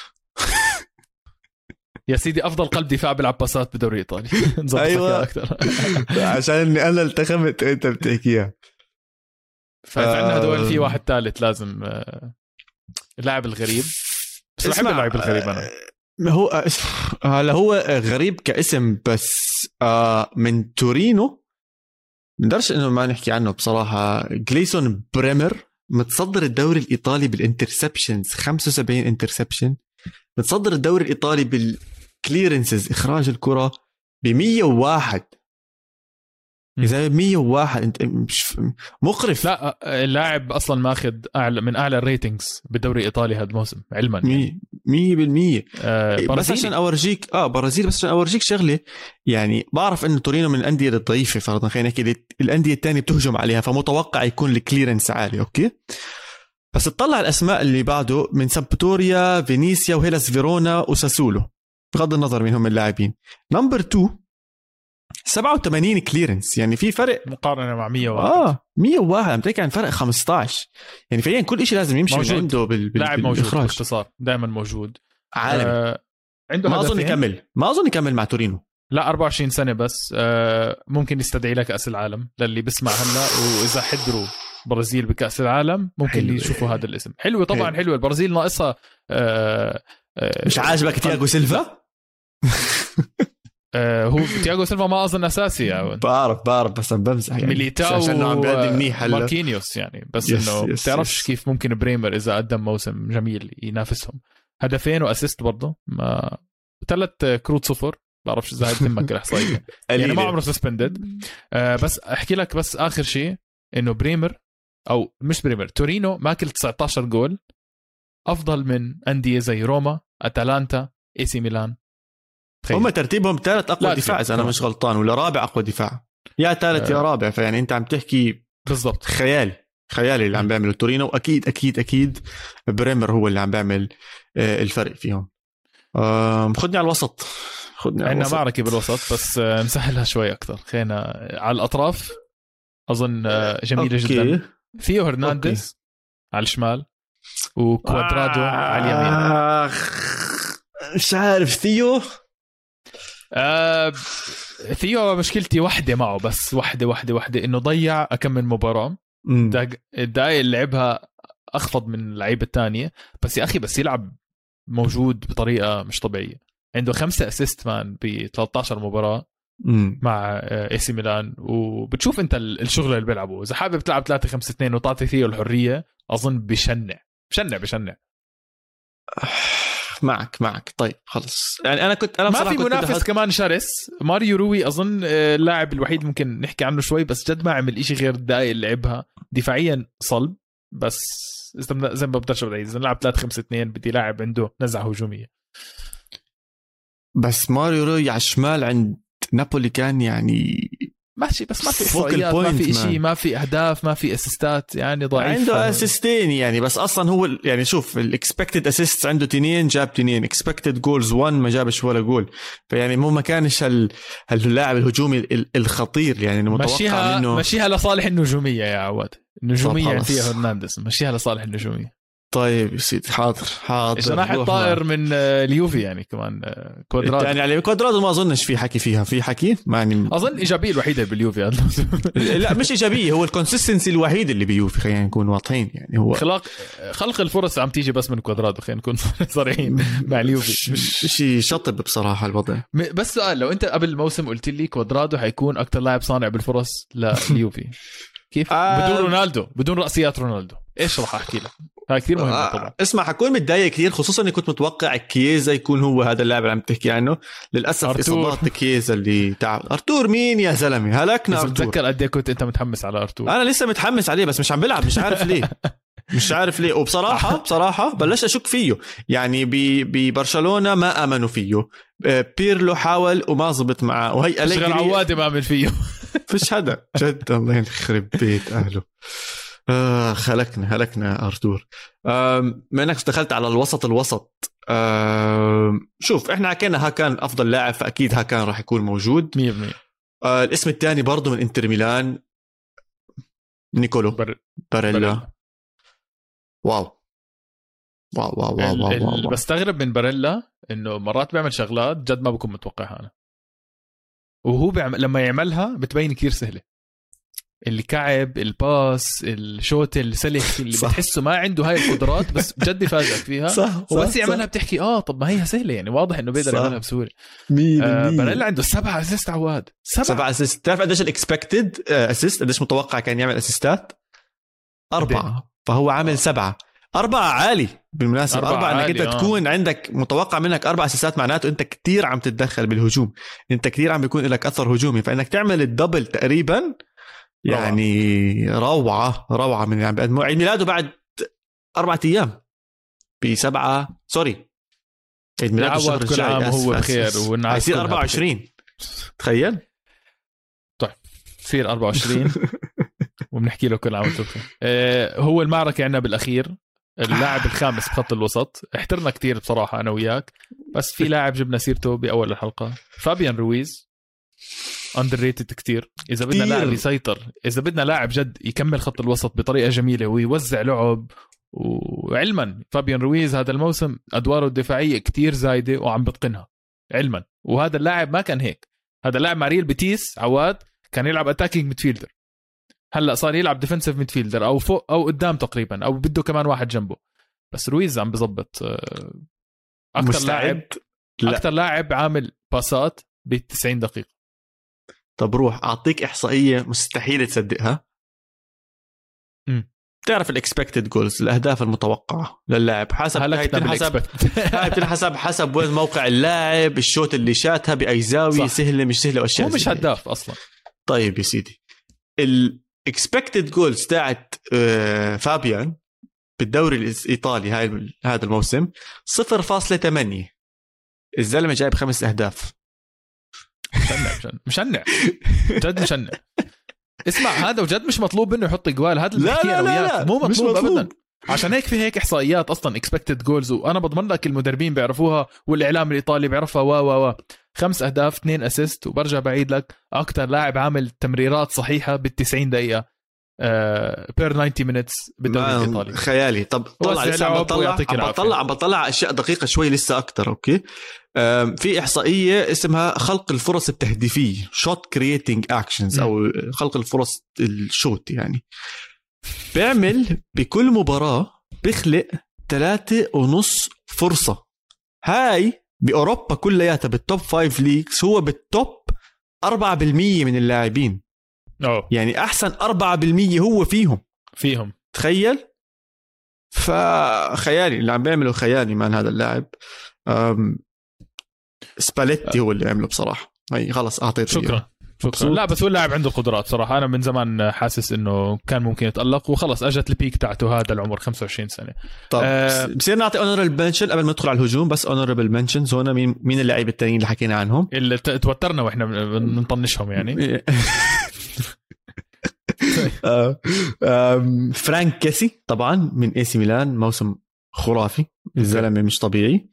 [SPEAKER 2] يا سيدي أفضل قلب دفاع بيلعب باسات بالدوري الإيطالي.
[SPEAKER 1] أيوة أكثر. عشان أنا التخمت أنت بتحكيها.
[SPEAKER 2] فعندنا هدول في واحد ثالث لازم اللاعب الغريب. بس بحب اللاعب الغريب أنا.
[SPEAKER 1] هو هلا هو غريب كاسم بس من تورينو بندرش انه ما نحكي عنه بصراحه. جليسون بريمر متصدر الدوري الايطالي بالانترسبشنز، خمسة وسبعين انترسبشن. متصدر الدوري الايطالي بالكليرنسز، اخراج الكره ب مية وواحد. اذا مية وواحد انت مش مقرف.
[SPEAKER 2] لا اللاعب اصلا ماخذ اعلى من اعلى الريتنجز بالدوري الايطالي هذا الموسم علما يعني.
[SPEAKER 1] مية بالمية.
[SPEAKER 2] آه
[SPEAKER 1] بس عشان اورجيك اه برازيل، بس عشان اورجيك شغله يعني. بعرف انه تورينو من الانديه الضعيفه فرضا، خلينا نحكي الانديه الثانيه بتهجم عليها، فمتوقع يكون الكليرنس عالي. اوكي بس تطلع الاسماء اللي بعده من سامبدوريا، فينيسيا، وهيلاس فيرونا، وساسولو، بغض النظر من هم اللاعبين. نمبر اتنين سبعة وثمانين كليرنس، يعني في فرق
[SPEAKER 2] مقارنه مع مية وواحد.
[SPEAKER 1] اه مية وواحد عم تحكي عن فرق خمسة عشر. يعني فعليا كل شيء لازم يمشي
[SPEAKER 2] موجود.
[SPEAKER 1] من عنده بال... بال...
[SPEAKER 2] لاعب موجود باختصار، دائما موجود
[SPEAKER 1] عالمي.
[SPEAKER 2] آه عنده
[SPEAKER 1] ما اظن يكمل ما اظن يكمل مع تورينو.
[SPEAKER 2] لا أربعة وعشرين سنه بس. آه ممكن يستدعي لك كاس العالم للي بسمع هلا، واذا حضروا برازيل بكاس العالم ممكن
[SPEAKER 1] حلو.
[SPEAKER 2] يشوفوا هذا الاسم. حلو طبعا، حلو. البرازيل ناقصها آه آه
[SPEAKER 1] مش عاجبك تياغو سيلفا؟
[SPEAKER 2] آه هو تياغو سيلفا ما اظن اساسي يعني.
[SPEAKER 1] بعرف بعرف بس بمزح يعني.
[SPEAKER 2] ميليتاو وماركينيوس يعني. بس
[SPEAKER 1] يس
[SPEAKER 2] انه
[SPEAKER 1] يس
[SPEAKER 2] بتعرفش
[SPEAKER 1] يس.
[SPEAKER 2] كيف ممكن بريمر اذا قدم موسم جميل ينافسهم. هدفين واسيست برضه، ما ثلاث كروت صفر، بعرفش اذا هتمك الاحصائيه يعني. ما عمره سسبندد. آه بس احكي لك بس اخر شيء انه بريمر او مش بريمر، تورينو ماكل تسعة عشر جول، افضل من انديه زي روما، اتلانتا، اي سي ميلان.
[SPEAKER 1] هم ترتيبهم ثالث اقوى دفاع اذا انا مش غلطان، ولا رابع اقوى دفاع، يا ثالث آه. يا رابع. فيعني انت عم تحكي
[SPEAKER 2] بالضبط
[SPEAKER 1] خيال خيالي اللي عم بيعمله تورينو. واكيد اكيد اكيد بريمر هو اللي عم بيعمل الفرق فيهم. خدني على الوسط، خدني على
[SPEAKER 2] الوسط. عندنا معركه بالوسط بس نسهلها شوي اكثر. خلينا على الاطراف، اظن جميله أوكي. جدا. ثيو هرنانديز أوكي. على الشمال، وكوادرادو آه. على اليمين.
[SPEAKER 1] مش عارف ثيو
[SPEAKER 2] آه ثيو مشكلتي واحدة معه، بس واحدة واحدة واحدة إنه ضيع أكم من مباراة. الدقائق اللي لعبها أخفض من اللعيبة التانية، بس يا أخي بس يلعب موجود بطريقة مش طبيعية. عنده خمسة أسيست مان ب ثلاثة عشر مباراة مم. مع اي سي ميلان. وبتشوف أنت الشغل اللي بيلعبه. إذا حابب تلعب ثلاثة خمسة اثنين وتعطي ثيو الحرية، أظن بشنع بشنع بشنع
[SPEAKER 1] معك معك طيب خلص. يعني انا كنت انا
[SPEAKER 2] ما في
[SPEAKER 1] كنت
[SPEAKER 2] منافس
[SPEAKER 1] دهت...
[SPEAKER 2] كمان شرس. ماريو روي اظن اللاعب الوحيد ممكن نحكي عنه شوي، بس جد ما عمل إشي غير الدقائق اللي لعبها. دفاعيا صلب، بس زي ما بقدرش بدي اذا نلعب ثلاثة خمسة اثنين بدي لاعب عنده نزعه هجوميه.
[SPEAKER 1] بس ماريو روي على الشمال عند نابولي كان يعني
[SPEAKER 2] ماشي، بس ما في إحصائيات، ما في إشي، ما في أهداف، ما في أسيستات، يعني ضعيف.
[SPEAKER 1] عنده أسيستين يعني، بس أصلا هو يعني شوف الإكسبكتد أسيست عنده تنين، جاب تنين. إكسبكتد جولز واحد ما جابش ولا جول. فيعني مو ما كانش هال هاللاعب الهجومي الخطير يعني المتوقع
[SPEAKER 2] مشيها
[SPEAKER 1] منه.
[SPEAKER 2] مشيها لصالح النجومية يا عواد، النجومية فيها هرنانديز، مشيها لصالح النجومية.
[SPEAKER 1] طيب يا سيدي حاضر حاضر.
[SPEAKER 2] جناح الطائر من اليوفي يعني كمان كوادرادو.
[SPEAKER 1] يعني على كوادرادو ما اظنش في حكي فيها، في حكي ما يعني
[SPEAKER 2] اظن ايجابيه الوحيده باليوفي هذا.
[SPEAKER 1] لا مش ايجابيه، هو الكونسيستنسي الوحيد اللي بيوفي، خلينا نكون واضحين يعني. هو
[SPEAKER 2] خلق خلق الفرص عم تيجي بس من كوادرادو، خلينا نكون صريحين مع اليوفي.
[SPEAKER 1] مش شيء شطب بصراحه الوضع.
[SPEAKER 2] بس سؤال، لو انت قبل الموسم قلت لي كوادرادو حيكون اكثر لاعب صانع بالفرص لليوفي كيف آه بدون رونالدو، بدون رأسيات رونالدو، ايش راح احكي لك؟ هاي كثير مهمة آه طبعا.
[SPEAKER 1] اسمع حكون متضايق كثير، خصوصا اني كنت متوقع كييزا يكون هو هذا اللاعب اللي عم تحكي عنه. للاسف
[SPEAKER 2] أرتور.
[SPEAKER 1] اصابات كييزا اللي تعب. ارتور مين يا زلمه؟ هلكنا ارتور.
[SPEAKER 2] بتذكر قد ايه كنت انت متحمس على ارتور؟
[SPEAKER 1] انا لسه متحمس عليه بس مش عم بلعب، مش عارف ليه. مش عارف ليه. وبصراحه بصراحه بلشت اشك فيه يعني. ببرشلونه ما امنوا فيه، بيرلو حاول وما زبط معه، وهي
[SPEAKER 2] أليجري عوادي ما امن فيه.
[SPEAKER 1] فيش حدا جد، الله يخرب بيت اهله. آه خلقنا هلكنا أرتور. ما انك دخلت على الوسط الوسط شوف احنا حكينا هاكان افضل لاعب، فاكيد هاكان راح يكون موجود
[SPEAKER 2] مية بالمية.
[SPEAKER 1] آه الاسم الثاني برضو من انتر ميلان، نيكولو بر... باريلا. باريلا واو واو واو واو, واو, واو, واو.
[SPEAKER 2] بستغرب من باريلا انه مرات بيعمل شغلات جد ما بكون متوقعها انا، وهو بيعمل لما يعملها بتبين كثير سهله. الكعب الباس الشوت السلخ اللي صح. بتحسه ما عنده هاي القدرات بس بجد يفاجئك فيها صح وبس يعملها بتحكي اه طب ما هي سهله يعني واضح انه بيقدر يعملها بسهوله. آه باريلا عنده سبعة اسيست عواد
[SPEAKER 1] سبعة, سبعة اسيست. تعرف قديش الاكسبكتد اسيست قديش متوقع كان يعمل اسيستات؟ أربعة. فهو عامل آه. سبعة. أربعة عالي بالمناسبة. أربعة, أربعة أنك أنت آه. تكون عندك متوقع منك أربع أسيستات معناته أنت كتير عم تتدخل بالهجوم أنت كتير عم بيكون لك أثر هجومي فإنك تعمل الدبل تقريبا يعني روعة روعة من يعني بعد عيد ميلاده بعد أربعة أيام بسبعة سوري عيد ميلاده الشهر الجاي
[SPEAKER 2] هو بخير
[SPEAKER 1] ويصير أربعة وعشرين تخيل.
[SPEAKER 2] طيب يصير أربعة وعشرين وبنحكي له كل عام وانتم بخير. آه هو المعركة عنا بالأخير اللاعب الخامس بخط الوسط احترنا كتير بصراحة أنا وياك بس في لاعب جبنا سيرته بأول الحلقة فابيان رويز underrated كتير. إذا بدنا لاعب يسيطر إذا بدنا لاعب جد يكمل خط الوسط بطريقة جميلة ويوزع لعب وعلما فابيان رويز هذا الموسم أدواره الدفاعية كتير زايدة وعم بتقنها علما وهذا اللاعب ما كان هيك. هذا اللاعب مع ريال بيتيس عواد كان يلعب اتاكينج ميدفيلدر هلا صار يلعب ديفنسيف ميدفيلدر او فوق او قدام تقريبا او بده كمان واحد جنبه بس رويز عم بزبط اكثر لاعب اكثر لاعب عامل باسات ب تسعين دقيقة.
[SPEAKER 1] طب روح اعطيك احصائيه مستحيل تصدقها.
[SPEAKER 2] امم
[SPEAKER 1] تعرف الاكسبكتد جولز الاهداف المتوقعه للاعب حسب هاي تنحسب هاي بتنحسب حسب وين موقع اللاعب الشوت اللي شاتها باي زاويه سهله مش سهله واشياء
[SPEAKER 2] هو مش هداف اصلا.
[SPEAKER 1] طيب يا سيدي الاكسبكتد جولز تاعت فابيان بالدوري الايطالي هاي هذا الموسم صفر فاصلة ثمانية. الزلمه جايب خمس اهداف.
[SPEAKER 2] مشنع مشنع جد مشنع. اسمع هذا وجد مش مطلوب منه يحط جوال هذا اللي بحكيه انا وياك مو مطلوب ابدا عشان هيك في هيك احصائيات اصلا اكسبكتد جولز وانا بضمن لك المدربين بيعرفوها والاعلام الايطالي بيعرفها وا وا وا خمس اهداف اثنين اسيست وبرجع بعيد لك اكثر لاعب عامل تمريرات صحيحه بالتسعين دقيقه بير تسعين مينتس بالدوري الايطالي
[SPEAKER 1] خيالي. طب طلع لسه عم بطلع عم بطلع عم بطلع اشياء دقيقه شوي لسه اكثر. اوكي في احصائيه اسمها خلق الفرص التهديفيه شوت كرييتنج اكشنز او خلق الفرص الشوت يعني بيعمل بكل مباراه بيخلق ثلاثة ونص فرصه. هاي باوروبا كلياتها بالتوب فايف ليجز هو بالتوب أربعة بالمية من اللاعبين.
[SPEAKER 2] أوه.
[SPEAKER 1] يعني أحسن أربعة بالمية هو فيهم
[SPEAKER 2] فيهم
[SPEAKER 1] تخيل. فخيالي اللي عم بيعمله خيالي من هذا اللاعب. سباليتي هو اللي عمله بصراحة. هاي خلص أعطيته
[SPEAKER 2] شكرا شكرا. لا بس هو اللاعب عنده قدرات صراحة. أنا من زمان حاسس إنه كان ممكن يتألق وخلص أجت البيك تاعته هذا العمر خمسة وعشرين سنة.
[SPEAKER 1] طب أه بصير نعطي honorable mention قبل ما ندخل على الهجوم بس honorable mentions هنا مين مين اللاعب التانيين اللي حكينا عنهم
[SPEAKER 2] اللي توترنا وإحنا بنطنشهم يعني.
[SPEAKER 1] فرانك كيسي طبعا من اي سي ميلان موسم خرافي الزلمة مش طبيعي.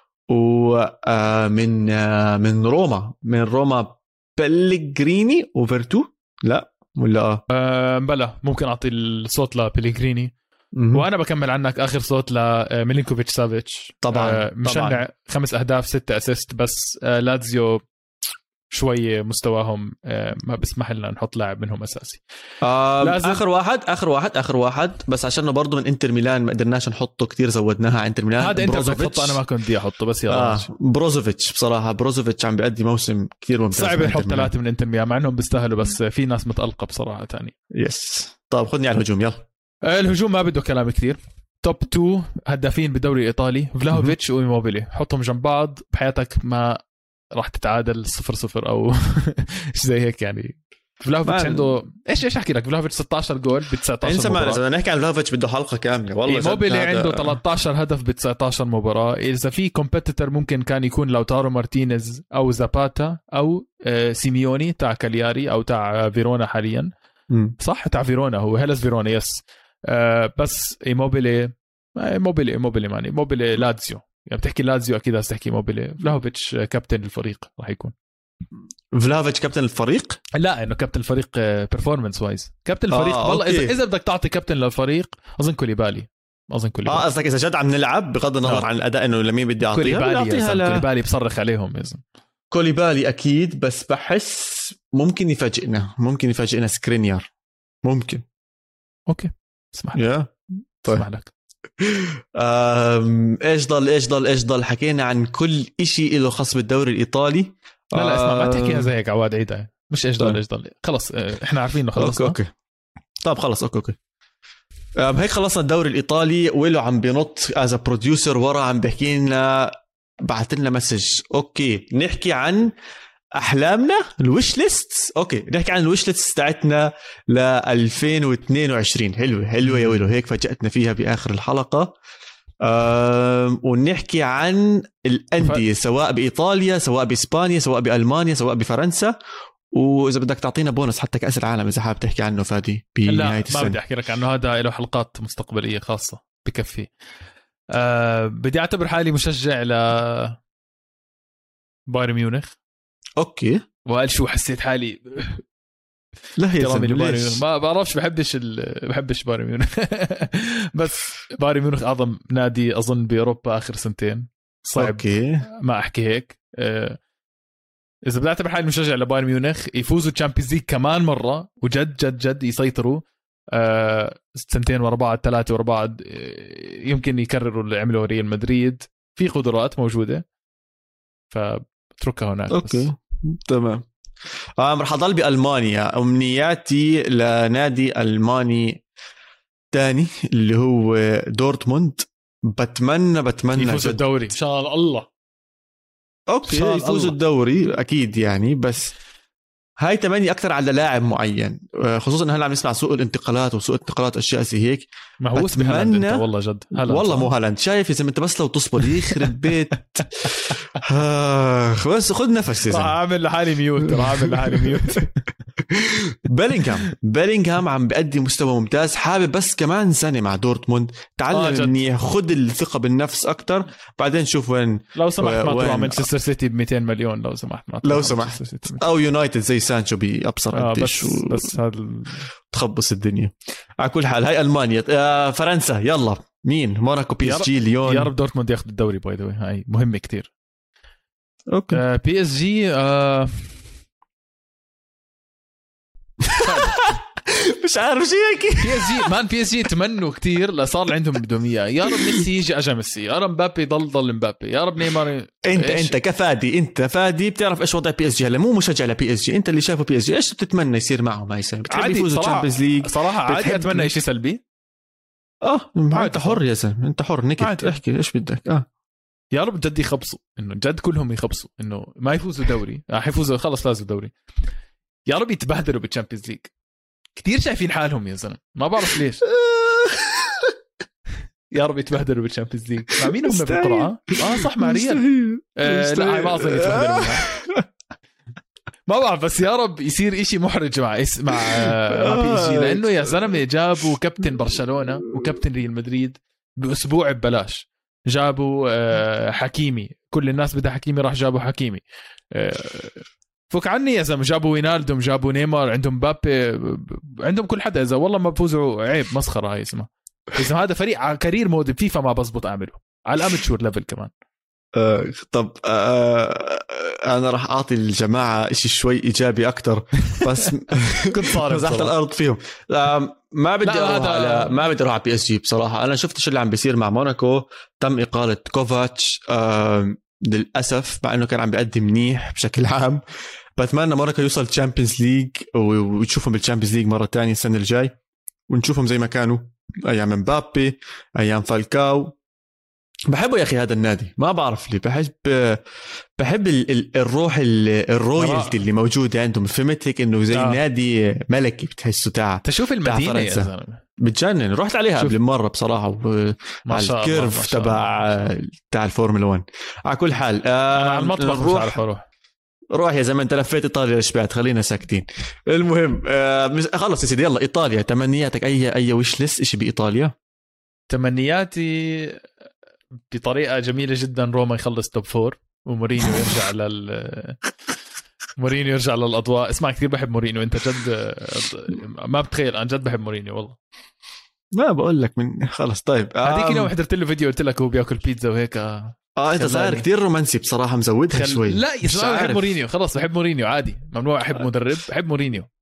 [SPEAKER 1] ومن من روما من روما بيليغريني وفيرتو لا ولا
[SPEAKER 2] أه بلا ممكن أعطي الصوت لبيليغريني وأنا بكمل عنك آخر صوت لميلينكوفيتش سافيتش
[SPEAKER 1] طبعا
[SPEAKER 2] أه مشنع طبعاً. خمس أهداف ستة أسيست بس أه لاتزيو شوية مستواهم أه ما بسمح لنا نحط لاعب منهم أساسي.
[SPEAKER 1] آه آخر واحد آخر واحد آخر واحد بس عشانه برضو من إنتر ميلان ما قدرناش نحطه كتير زودناها عن إنتر ميلان.
[SPEAKER 2] هذا أنت بتحطه أنا ما كنت بدي أحطه بس يلا
[SPEAKER 1] آه بروزوفيتش بصراحة بروزوفيتش عم بيأدي موسم كتير ممتاز.
[SPEAKER 2] صعب يحط ثلاثة من إنتر ميلان مع إنهم بيستاهلوا بس في ناس متألقة بصراحة تاني.
[SPEAKER 1] يس طب خدني على الهجوم يلا.
[SPEAKER 2] آه الهجوم ما بده كلام كتير. توب تو هدافين بالدوري الإيطالي فلاهوفيتش وإيموبيلي حطهم جنب بعض بحياتك ما راح تتعادل صفر صفر أو زي هيك يعني. فلاهوفيتش عنده ايش ايش احكي لك فلاهوفيتش ستة عشر جول ب تسعة عشر
[SPEAKER 1] انسى معنا اذا نحكي عن فلاهوفيتش بده حلقه كامله والله.
[SPEAKER 2] إيموبيلي عنده ثلاثة عشر هدف ب تسعة عشر مباراه. اذا في كومبيتيتور ممكن كان يكون لوتارو مارتينيز او زاباتا او سيميوني تاع كالياري او تاع فيرونا حاليا
[SPEAKER 1] م.
[SPEAKER 2] صح تاع فيرونا هو هيلاس فيرونا يس بس إيموبيلي إيموبيلي إيموبيلي ماني إيموبيلي لاتزيو يعني بتحكي لاتزيو اكيد هتحكي إيموبيلي. فلاهوفيتش كابتن الفريق راح يكون.
[SPEAKER 1] فلافيتش كابتن الفريق
[SPEAKER 2] لا انه كابتن الفريق بيرفورمانس وايز كابتن الفريق
[SPEAKER 1] آه،
[SPEAKER 2] والله
[SPEAKER 1] أوكي.
[SPEAKER 2] اذا اذا بدك تعطي كابتن للفريق اظن كوليبالي اظن كوليبالي
[SPEAKER 1] اه قصدك اذا جد عم نلعب بغض النظر آه. عن الاداء انه لمين بدي اعطيها
[SPEAKER 2] كوليبالي ل... كوليبالي بصرخ عليهم اذا
[SPEAKER 1] كوليبالي اكيد بس بحس ممكن يفاجئنا ممكن يفاجئنا سكرينيار ممكن.
[SPEAKER 2] اوكي اسمح لي.
[SPEAKER 1] يا طيب.
[SPEAKER 2] اسمح لك.
[SPEAKER 1] أم... ايش ضل ايش ضل ايش ضل حكينا عن كل إشي له خاص بالدوري الإيطالي.
[SPEAKER 2] لا لا اسمع ما
[SPEAKER 1] أم...
[SPEAKER 2] تحكيها زي هيك عواد عيدها مش ايش ضل ايش ضل خلص احنا عارفين خلص.
[SPEAKER 1] اوكي اوكي طب خلص اوكي اوكي أم هيك خلصنا الدوري الإيطالي. ويلو عم بينط از بروديوسر ورا عم بيحكي لنا بعث لنا مسج. اوكي نحكي عن احلامنا الويش ليست. اوكي نحكي عن الويش ليست تاعتنا ل ألفين واثنين وعشرين. حلوه حلوه يا ويلو هيك فاجأتنا فيها باخر الحلقه. أم ونحكي عن الأندية سواء بإيطاليا سواء بإسبانيا سواء بألمانيا سواء بفرنسا. وإذا بدك تعطينا بونص حتى كأس العالم إذا حابب تحكي عنه فادي بنهاية السنة.
[SPEAKER 2] ما بدي أحكي لك عنه هذا له حلقات مستقبلية خاصة بكفي. أه بدي أعتبر حالي مشجع ل بايرن ميونخ.
[SPEAKER 1] أوكي
[SPEAKER 2] وقال شو حسيت حالي
[SPEAKER 1] لا يا
[SPEAKER 2] ما بعرفش بحبش ال... بحبش بايرن ميونخ بس بايرن ميونخ أعظم نادي أظن بأوروبا آخر سنتين. صعب
[SPEAKER 1] أوكي.
[SPEAKER 2] ما أحكي هيك. أه إذا بدي أعتبر حالي مشجع لبايرن ميونخ يفوزوا تشامبيونز ليج كمان مرة وجد جد جد يسيطروا أه سنتين ورا بعض ثلاثة ورا بعض. يمكن يكرروا اللي عملوا ريال مدريد. في قدرات موجودة فاتركها هناك.
[SPEAKER 1] أوكي تمام. آه رح أضل بألمانيا. أمنياتي لنادي ألماني تاني اللي هو دورتموند. بتمنى بتمنى
[SPEAKER 2] يفوز الدوري إن شاء الله.
[SPEAKER 1] اوكي يفوز الدوري اكيد يعني بس هاي تمني اكثر على لاعب معين خصوصا هلا عم نسمع سوق الانتقالات وسوق الانتقالات اشياء زي هيك.
[SPEAKER 2] مهووس بهالاند انت والله جد.
[SPEAKER 1] والله مو هالاند شايف اذا انت بس لو تصبر يخرب بيت بس خذ نفس.
[SPEAKER 2] راح اعمل لحالي ميوت راح اعمل لحالي ميوت.
[SPEAKER 1] بيلينغهام بيلينغهام عم بيأدي مستوى ممتاز. حابب بس كمان سنة مع دورتموند تعلم آه اني خد الثقة بالنفس اكتر بعدين شوف وين.
[SPEAKER 2] لو سمحت ما تروح مانشستر سيتي ب مئتين مليون لو سمحت ما
[SPEAKER 1] لو سمحت او يونايتد زي سانشو بأبصر
[SPEAKER 2] آه
[SPEAKER 1] قديش
[SPEAKER 2] بس و... بس هذا
[SPEAKER 1] تخبص الدنيا. على كل حال هاي ألمانيا. آه فرنسا يلا مين؟ موناكو بي اس جي ليون.
[SPEAKER 2] يا رب دورتموند ياخذ الدوري باي ذا واي هاي مهمة كتير.
[SPEAKER 1] اوكي
[SPEAKER 2] آه بي اس جي آه
[SPEAKER 1] مش عارف شيء هيك.
[SPEAKER 2] بي اس جي مان بي اس جي تمنوا كتير لا صار عندهم بدهم اياه. يا رب ميسي يجي اجا ميسي. يا رب مبابي ضل ضل مبابي. يا رب نيمار.
[SPEAKER 1] انت إيش؟ انت كفادي انت فادي بتعرف ايش وضع بي اس جي هلا مو مشجع لبي اس جي. انت اللي شايفه بي اس جي ايش بتتمنى يصير معهم هاي السنه؟ بتحب يفوزوا تشامبيونز ليج
[SPEAKER 2] صراحه عادي. اتمنى شيء سلبي
[SPEAKER 1] اه انت حر يا زلمه انت حر نكت احكي ايش بدك. اه
[SPEAKER 2] يا رب جد يخبصوا انه جد كلهم يخبصوا انه ما يفوزوا دوري. راح يفوزوا خلص فازوا دوري. يا رب يتبهدلوا بالتشامبيونز ليج. كتير شايفين حالهم يا زلمه ما بعرف ليش. يا رب يتبهدلوا بالتشامبيونز ليج. مع مين هم بالقرعه؟ اه صح مع ريال. آه لا ما اظن يتبهدلوا منها. ما بعرف بس يا رب يصير إشي محرج مع اس مع مع بي اس جي لانه يا زلمه جابوا كابتن برشلونه وكابتن ريال مدريد باسبوع ببلاش. جابوا آه حكيمي. كل الناس بدها حكيمي راح جابوا حكيمي. آه فك عني يا زلمه. جابوا وينالدوم جابوا نيمار عندهم بابي عندهم كل حدا. اذا والله ما بفوزوا عيب مسخره هاي اسمها. اذا هذا فريق على كارير مود بفيفا ما بزبط اعمله على الاماتشور ليفل كمان.
[SPEAKER 1] آه طب آه انا راح اعطي الجماعه شيء شوي ايجابي اكتر بس
[SPEAKER 2] كنت صارم
[SPEAKER 1] تحت الارض فيهم. آه ما بدي اروح
[SPEAKER 2] هذا...
[SPEAKER 1] على ما بدي اروح على بي اس جي بصراحه. انا شفت شو اللي عم بيصير مع موناكو. تم اقاله كوفاتش آه للاسف مع انه كان عم بيقدم منيح بشكل عام. بتمنى موناكو يوصل تشامبيونز ليج وتشوفهم بالتشامبيونز ليج مره تانية السنه الجاي ونشوفهم زي ما كانوا ايام مبابي ايام فالكاو. بحبه يا اخي هذا النادي ما بعرف ليه. بحب بحب ال ال الروح الرويالتي اللي موجوده عندهم. فهمت هيك انه زي آه. نادي ملكي بتحسه تاع
[SPEAKER 2] تشوف المدينه يا زلمه
[SPEAKER 1] بتجنن. رحت عليها قبل مره بصراحه على الكيرف تبع تاع الفورمولا واحد. على كل حال
[SPEAKER 2] آه انا على المطبخ مش عارف اروح.
[SPEAKER 1] روح يا زلمه انت لفيت ايطاليا لشبعت خلينا ساكتين. المهم آه خلص يا سيدي يلا ايطاليا. تمنياتك اي اي ويش ليست شيء بايطاليا؟
[SPEAKER 2] تمنياتي بطريقه جميله جدا روما يخلص توب فور ومورينيو يرجع لل مورينيو يرجع للاضواء. اسمع كثير بحب مورينيو. انت جد ما بتخيل انا جد بحب مورينيو والله.
[SPEAKER 1] ما بقول لك من خلص طيب
[SPEAKER 2] هذيك اليوم حضرت له فيديو قلت لك هو بياكل بيتزا وهيك. اه
[SPEAKER 1] انت صاير كتير رومانسي بصراحه مزودها خل... شوي.
[SPEAKER 2] لا يا زلمه بحب مورينيو خلص. بحب مورينيو عادي ممنوع احب مدرب. بحب مورينيو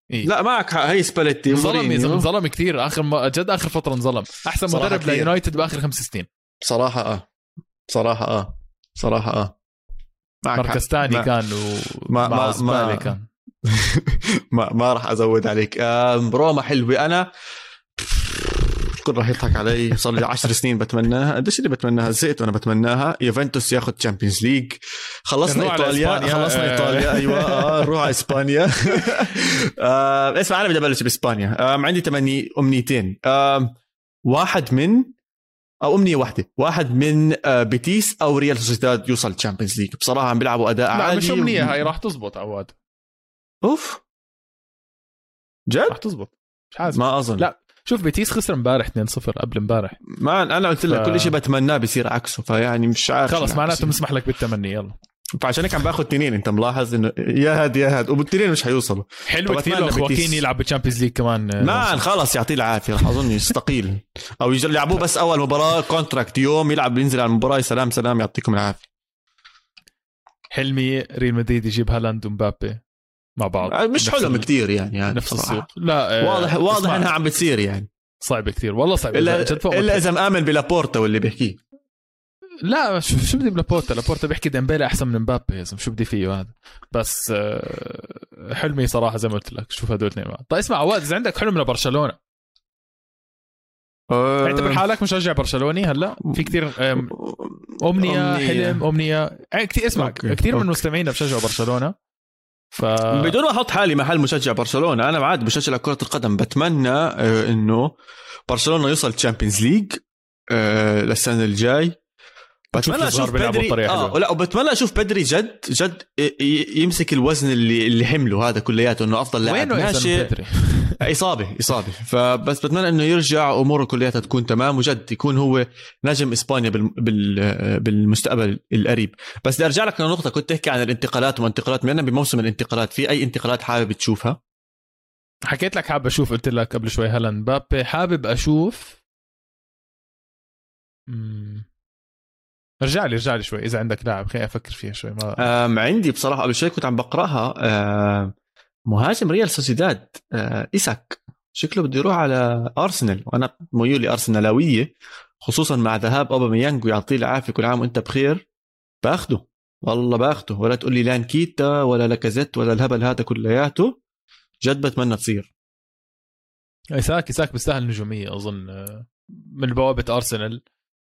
[SPEAKER 2] إيه؟
[SPEAKER 1] لا معك هي سباليتي
[SPEAKER 2] ظلم ظلم كثير اخر ما جد اخر فتره انظلم. احسن مدرب ليونايتد باخر خمس سنين
[SPEAKER 1] صراحه. اه صراحه اه صراحه اه
[SPEAKER 2] مركز ثاني كان
[SPEAKER 1] ومع ما ما
[SPEAKER 2] كان
[SPEAKER 1] ما ما راح ازود عليك. روما حلوه. انا كل راح يضحك علي. صار لي عشر سنين بتمناها. قديش اللي بتمناها زهقت وانا بتمناها. يوفنتوس ياخذ تشامبيونز ليج. خلصنا ايطاليا خلصنا ايطاليا ايوه اه نروح على اسبانيا. آه اسمع انا بدي ابلش باسبانيا. آه عندي تمني امنيتين. آه واحد من او امنيه واحده واحد من آه بيتيس او ريال سوسيداد يوصل تشامبيونز ليج. بصراحه عم بيلعبوا اداء عالي.
[SPEAKER 2] مش امنيه و... هاي راح تزبط عواد.
[SPEAKER 1] اوف جد
[SPEAKER 2] راح تزبط مش عارف
[SPEAKER 1] ما اظن.
[SPEAKER 2] لا شوف بيتيس خسر امبارح اثنين صفر قبل امبارح.
[SPEAKER 1] ما انا قلت لك ف... كل شيء بتمناه بيصير عكسه. فيعني مش عارف
[SPEAKER 2] خلص معناته مسمح لك بالتمني. يلا
[SPEAKER 1] فعشان هيك عم باخذ تنين. انت ملاحظ انه يا هاد يا هاد وبالتنين مش حيوصلوا.
[SPEAKER 2] حلو كثير لو خواكين يلعب بالتشامبيونز ليج كمان.
[SPEAKER 1] ما خلص يعطيه العافيه. راح اظن يستقيل او يلعبوه بس اول مباراه كونتراكت يوم يلعب ينزل على المباراه. سلام سلام يعطيكم العافيه.
[SPEAKER 2] حلمي ريال مدريد يجيب هالاند ومبابي مع بعض.
[SPEAKER 1] مش حلم كتير يعني, يعني
[SPEAKER 2] نفس السوق. لا
[SPEAKER 1] واضح واضح انها عم بتصير يعني.
[SPEAKER 2] صعب كتير والله صعب.
[SPEAKER 1] الا, إلا اذا مآمن بلابورتا واللي بيحكيه.
[SPEAKER 2] لا شو شو بدي بلابورتا. لابورتا بيحكي ديمبيلي احسن من مبابي. يا شو بدي فيه هذا. بس حلمي صراحه زي ما قلت لك شوف هدول اثنين. طيب اسمع عواد اذا عندك حلم لبرشلونه
[SPEAKER 1] أه...
[SPEAKER 2] اعتبر حالك مشجع برشلوني هلا. في كتير امنيه حلم امنيه كثير. اسمع كثير من مستمعينا بشجعوا برشلونه. ف...
[SPEAKER 1] بدون ما احط حالي محل مشجع برشلونه انا عاد بشجع كره القدم. بتمنى آه انه برشلونه يوصل تشامبيونز ليج آه للسنه الجاي. بتمنى اشوف بدري اه لا وبتمنى اشوف بدري جد جد يمسك الوزن اللي اللي حمله هذا كلياته. انه افضل لاعب ماشي. اصابه اصابه فبس بتمنى انه يرجع اموره كلياتها تكون تمام وجد يكون هو نجم اسبانيا بال بالمستقبل القريب. بس بدي ارجع لك لنقطه كنت تحكي عن الانتقالات وانتقالات. من بموسم الانتقالات في اي انتقالات حابب تشوفها؟
[SPEAKER 2] حكيت لك حابب اشوف. قلت لك قبل شوي هالاند مبابي. حابب اشوف امم رجع لي رجع لي شوي اذا عندك لاعب خليني افكر فيها شوي.
[SPEAKER 1] ما عندي بصراحه. قبل شوي كنت عم بقراها. أم... مهاجم ريال سوسيداد أه... إيساك شكله بده يروح على أرسنال. وأنا ميولي أرسنالاوية خصوصا مع ذهاب أوباميانغ ويعطيه العافية كل عام وأنت بخير. باخده والله باخده. ولا تقول لي لان كيتا ولا لاكازيت ولا الهبل هذا كلياته. جد بتمنى تصير.
[SPEAKER 2] إيساك إيساك بيستاهل نجومية أظن من بوابة أرسنال.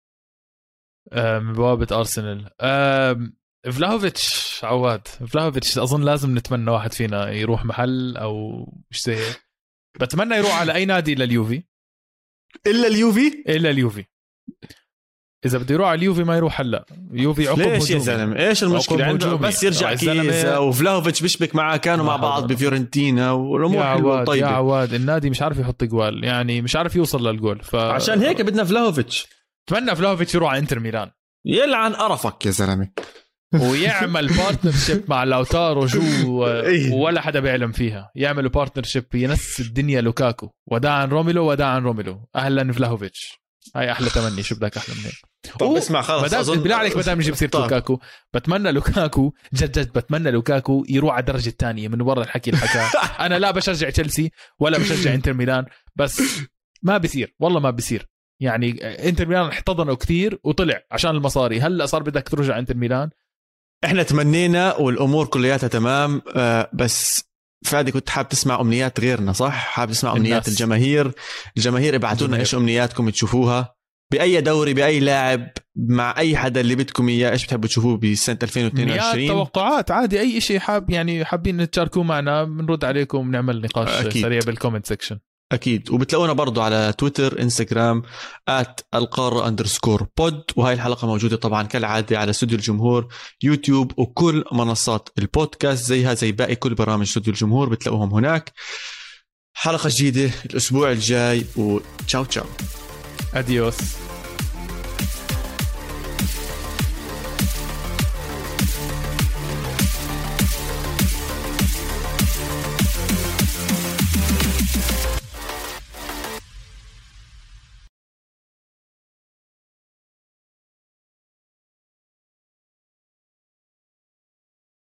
[SPEAKER 2] من بوابة أرسنال. فلاهوفيتش عواد. فلاهوفيتش أظن لازم نتمنى واحد فينا يروح محل أو مش زي. بتمنى يروح على أي نادي إلا اليوفي.
[SPEAKER 1] إلا اليوفي
[SPEAKER 2] إلا اليوفي. إذا بده يروح على اليوفي ما يروح هلا. يوفي عقب هجومي.
[SPEAKER 1] ليش يا زلمة إيش المشكلة عنده؟ بس يرجع كيزا وفلاهوفيتش بيشبك معاه كانوا مع بعض بفيورنتينا والأمور حلوة طيبة.
[SPEAKER 2] يا عواد النادي مش عارف يحط جوال يعني مش عارف يوصل للجول. ف...
[SPEAKER 1] عشان هيك بدنا فلاهوفيتش.
[SPEAKER 2] تمنى فلاهوفيتش يروح على انتر ميلان.
[SPEAKER 1] يلعن قرفك يا زلمة.
[SPEAKER 2] ويعمل بارتنرشيب مع لوتارو جو ولا حدا بيعلم فيها. يعملوا بارتنرشيب ينس الدنيا. لوكاكو وداعا روميلو وداعا روميلو. أهلا فلاهوفيتش. هاي أحلى تمني. شو بدك أحلى من هيك؟
[SPEAKER 1] طب اسمع خلص
[SPEAKER 2] أظن بالله عليك بدأ نجيب سيرة لوكاكو. بتمنى لوكاكو جد جد بتمنى لوكاكو يروح على الدرجة الثانية من ورا الحكي الحكا. أنا لا بشجع تشيلسي ولا بشجع انتر ميلان بس ما بيصير والله ما بيصير. يعني انتر ميلان احتضنوا كثير وطلع عشان المصاري. هلا صار بدك ترجع انتر ميلان.
[SPEAKER 1] احنا تمنينا والامور كلياتها تمام. آه بس فادي كنت حابب تسمع امنيات غيرنا صح؟ حابب تسمع امنيات الناس. الجماهير. الجماهير ابعتوا لنا ايش امنياتكم تشوفوها باي دوري باي لاعب مع اي حدا اللي بدكم اياه. ايش بتحبوا تشوفوه بسنه ألفين واثنين وعشرين؟
[SPEAKER 2] توقعات عادي اي شيء حاب يعني حابين تشاركوه معنا بنرد عليكم ونعمل نقاش أكيد. سريع بالكومنت سيكشن.
[SPEAKER 1] أكيد. وبتلاقونا برضو على تويتر إنستغرام آت القارة أندرسكور بود. وهاي الحلقة موجودة طبعا كالعادة على استوديو الجمهور يوتيوب وكل منصات البودكاست زيها زي باقي كل برامج استوديو الجمهور بتلاقوهم هناك. حلقة جديدة الأسبوع الجاي وتشاو تشاو.
[SPEAKER 2] أديوس.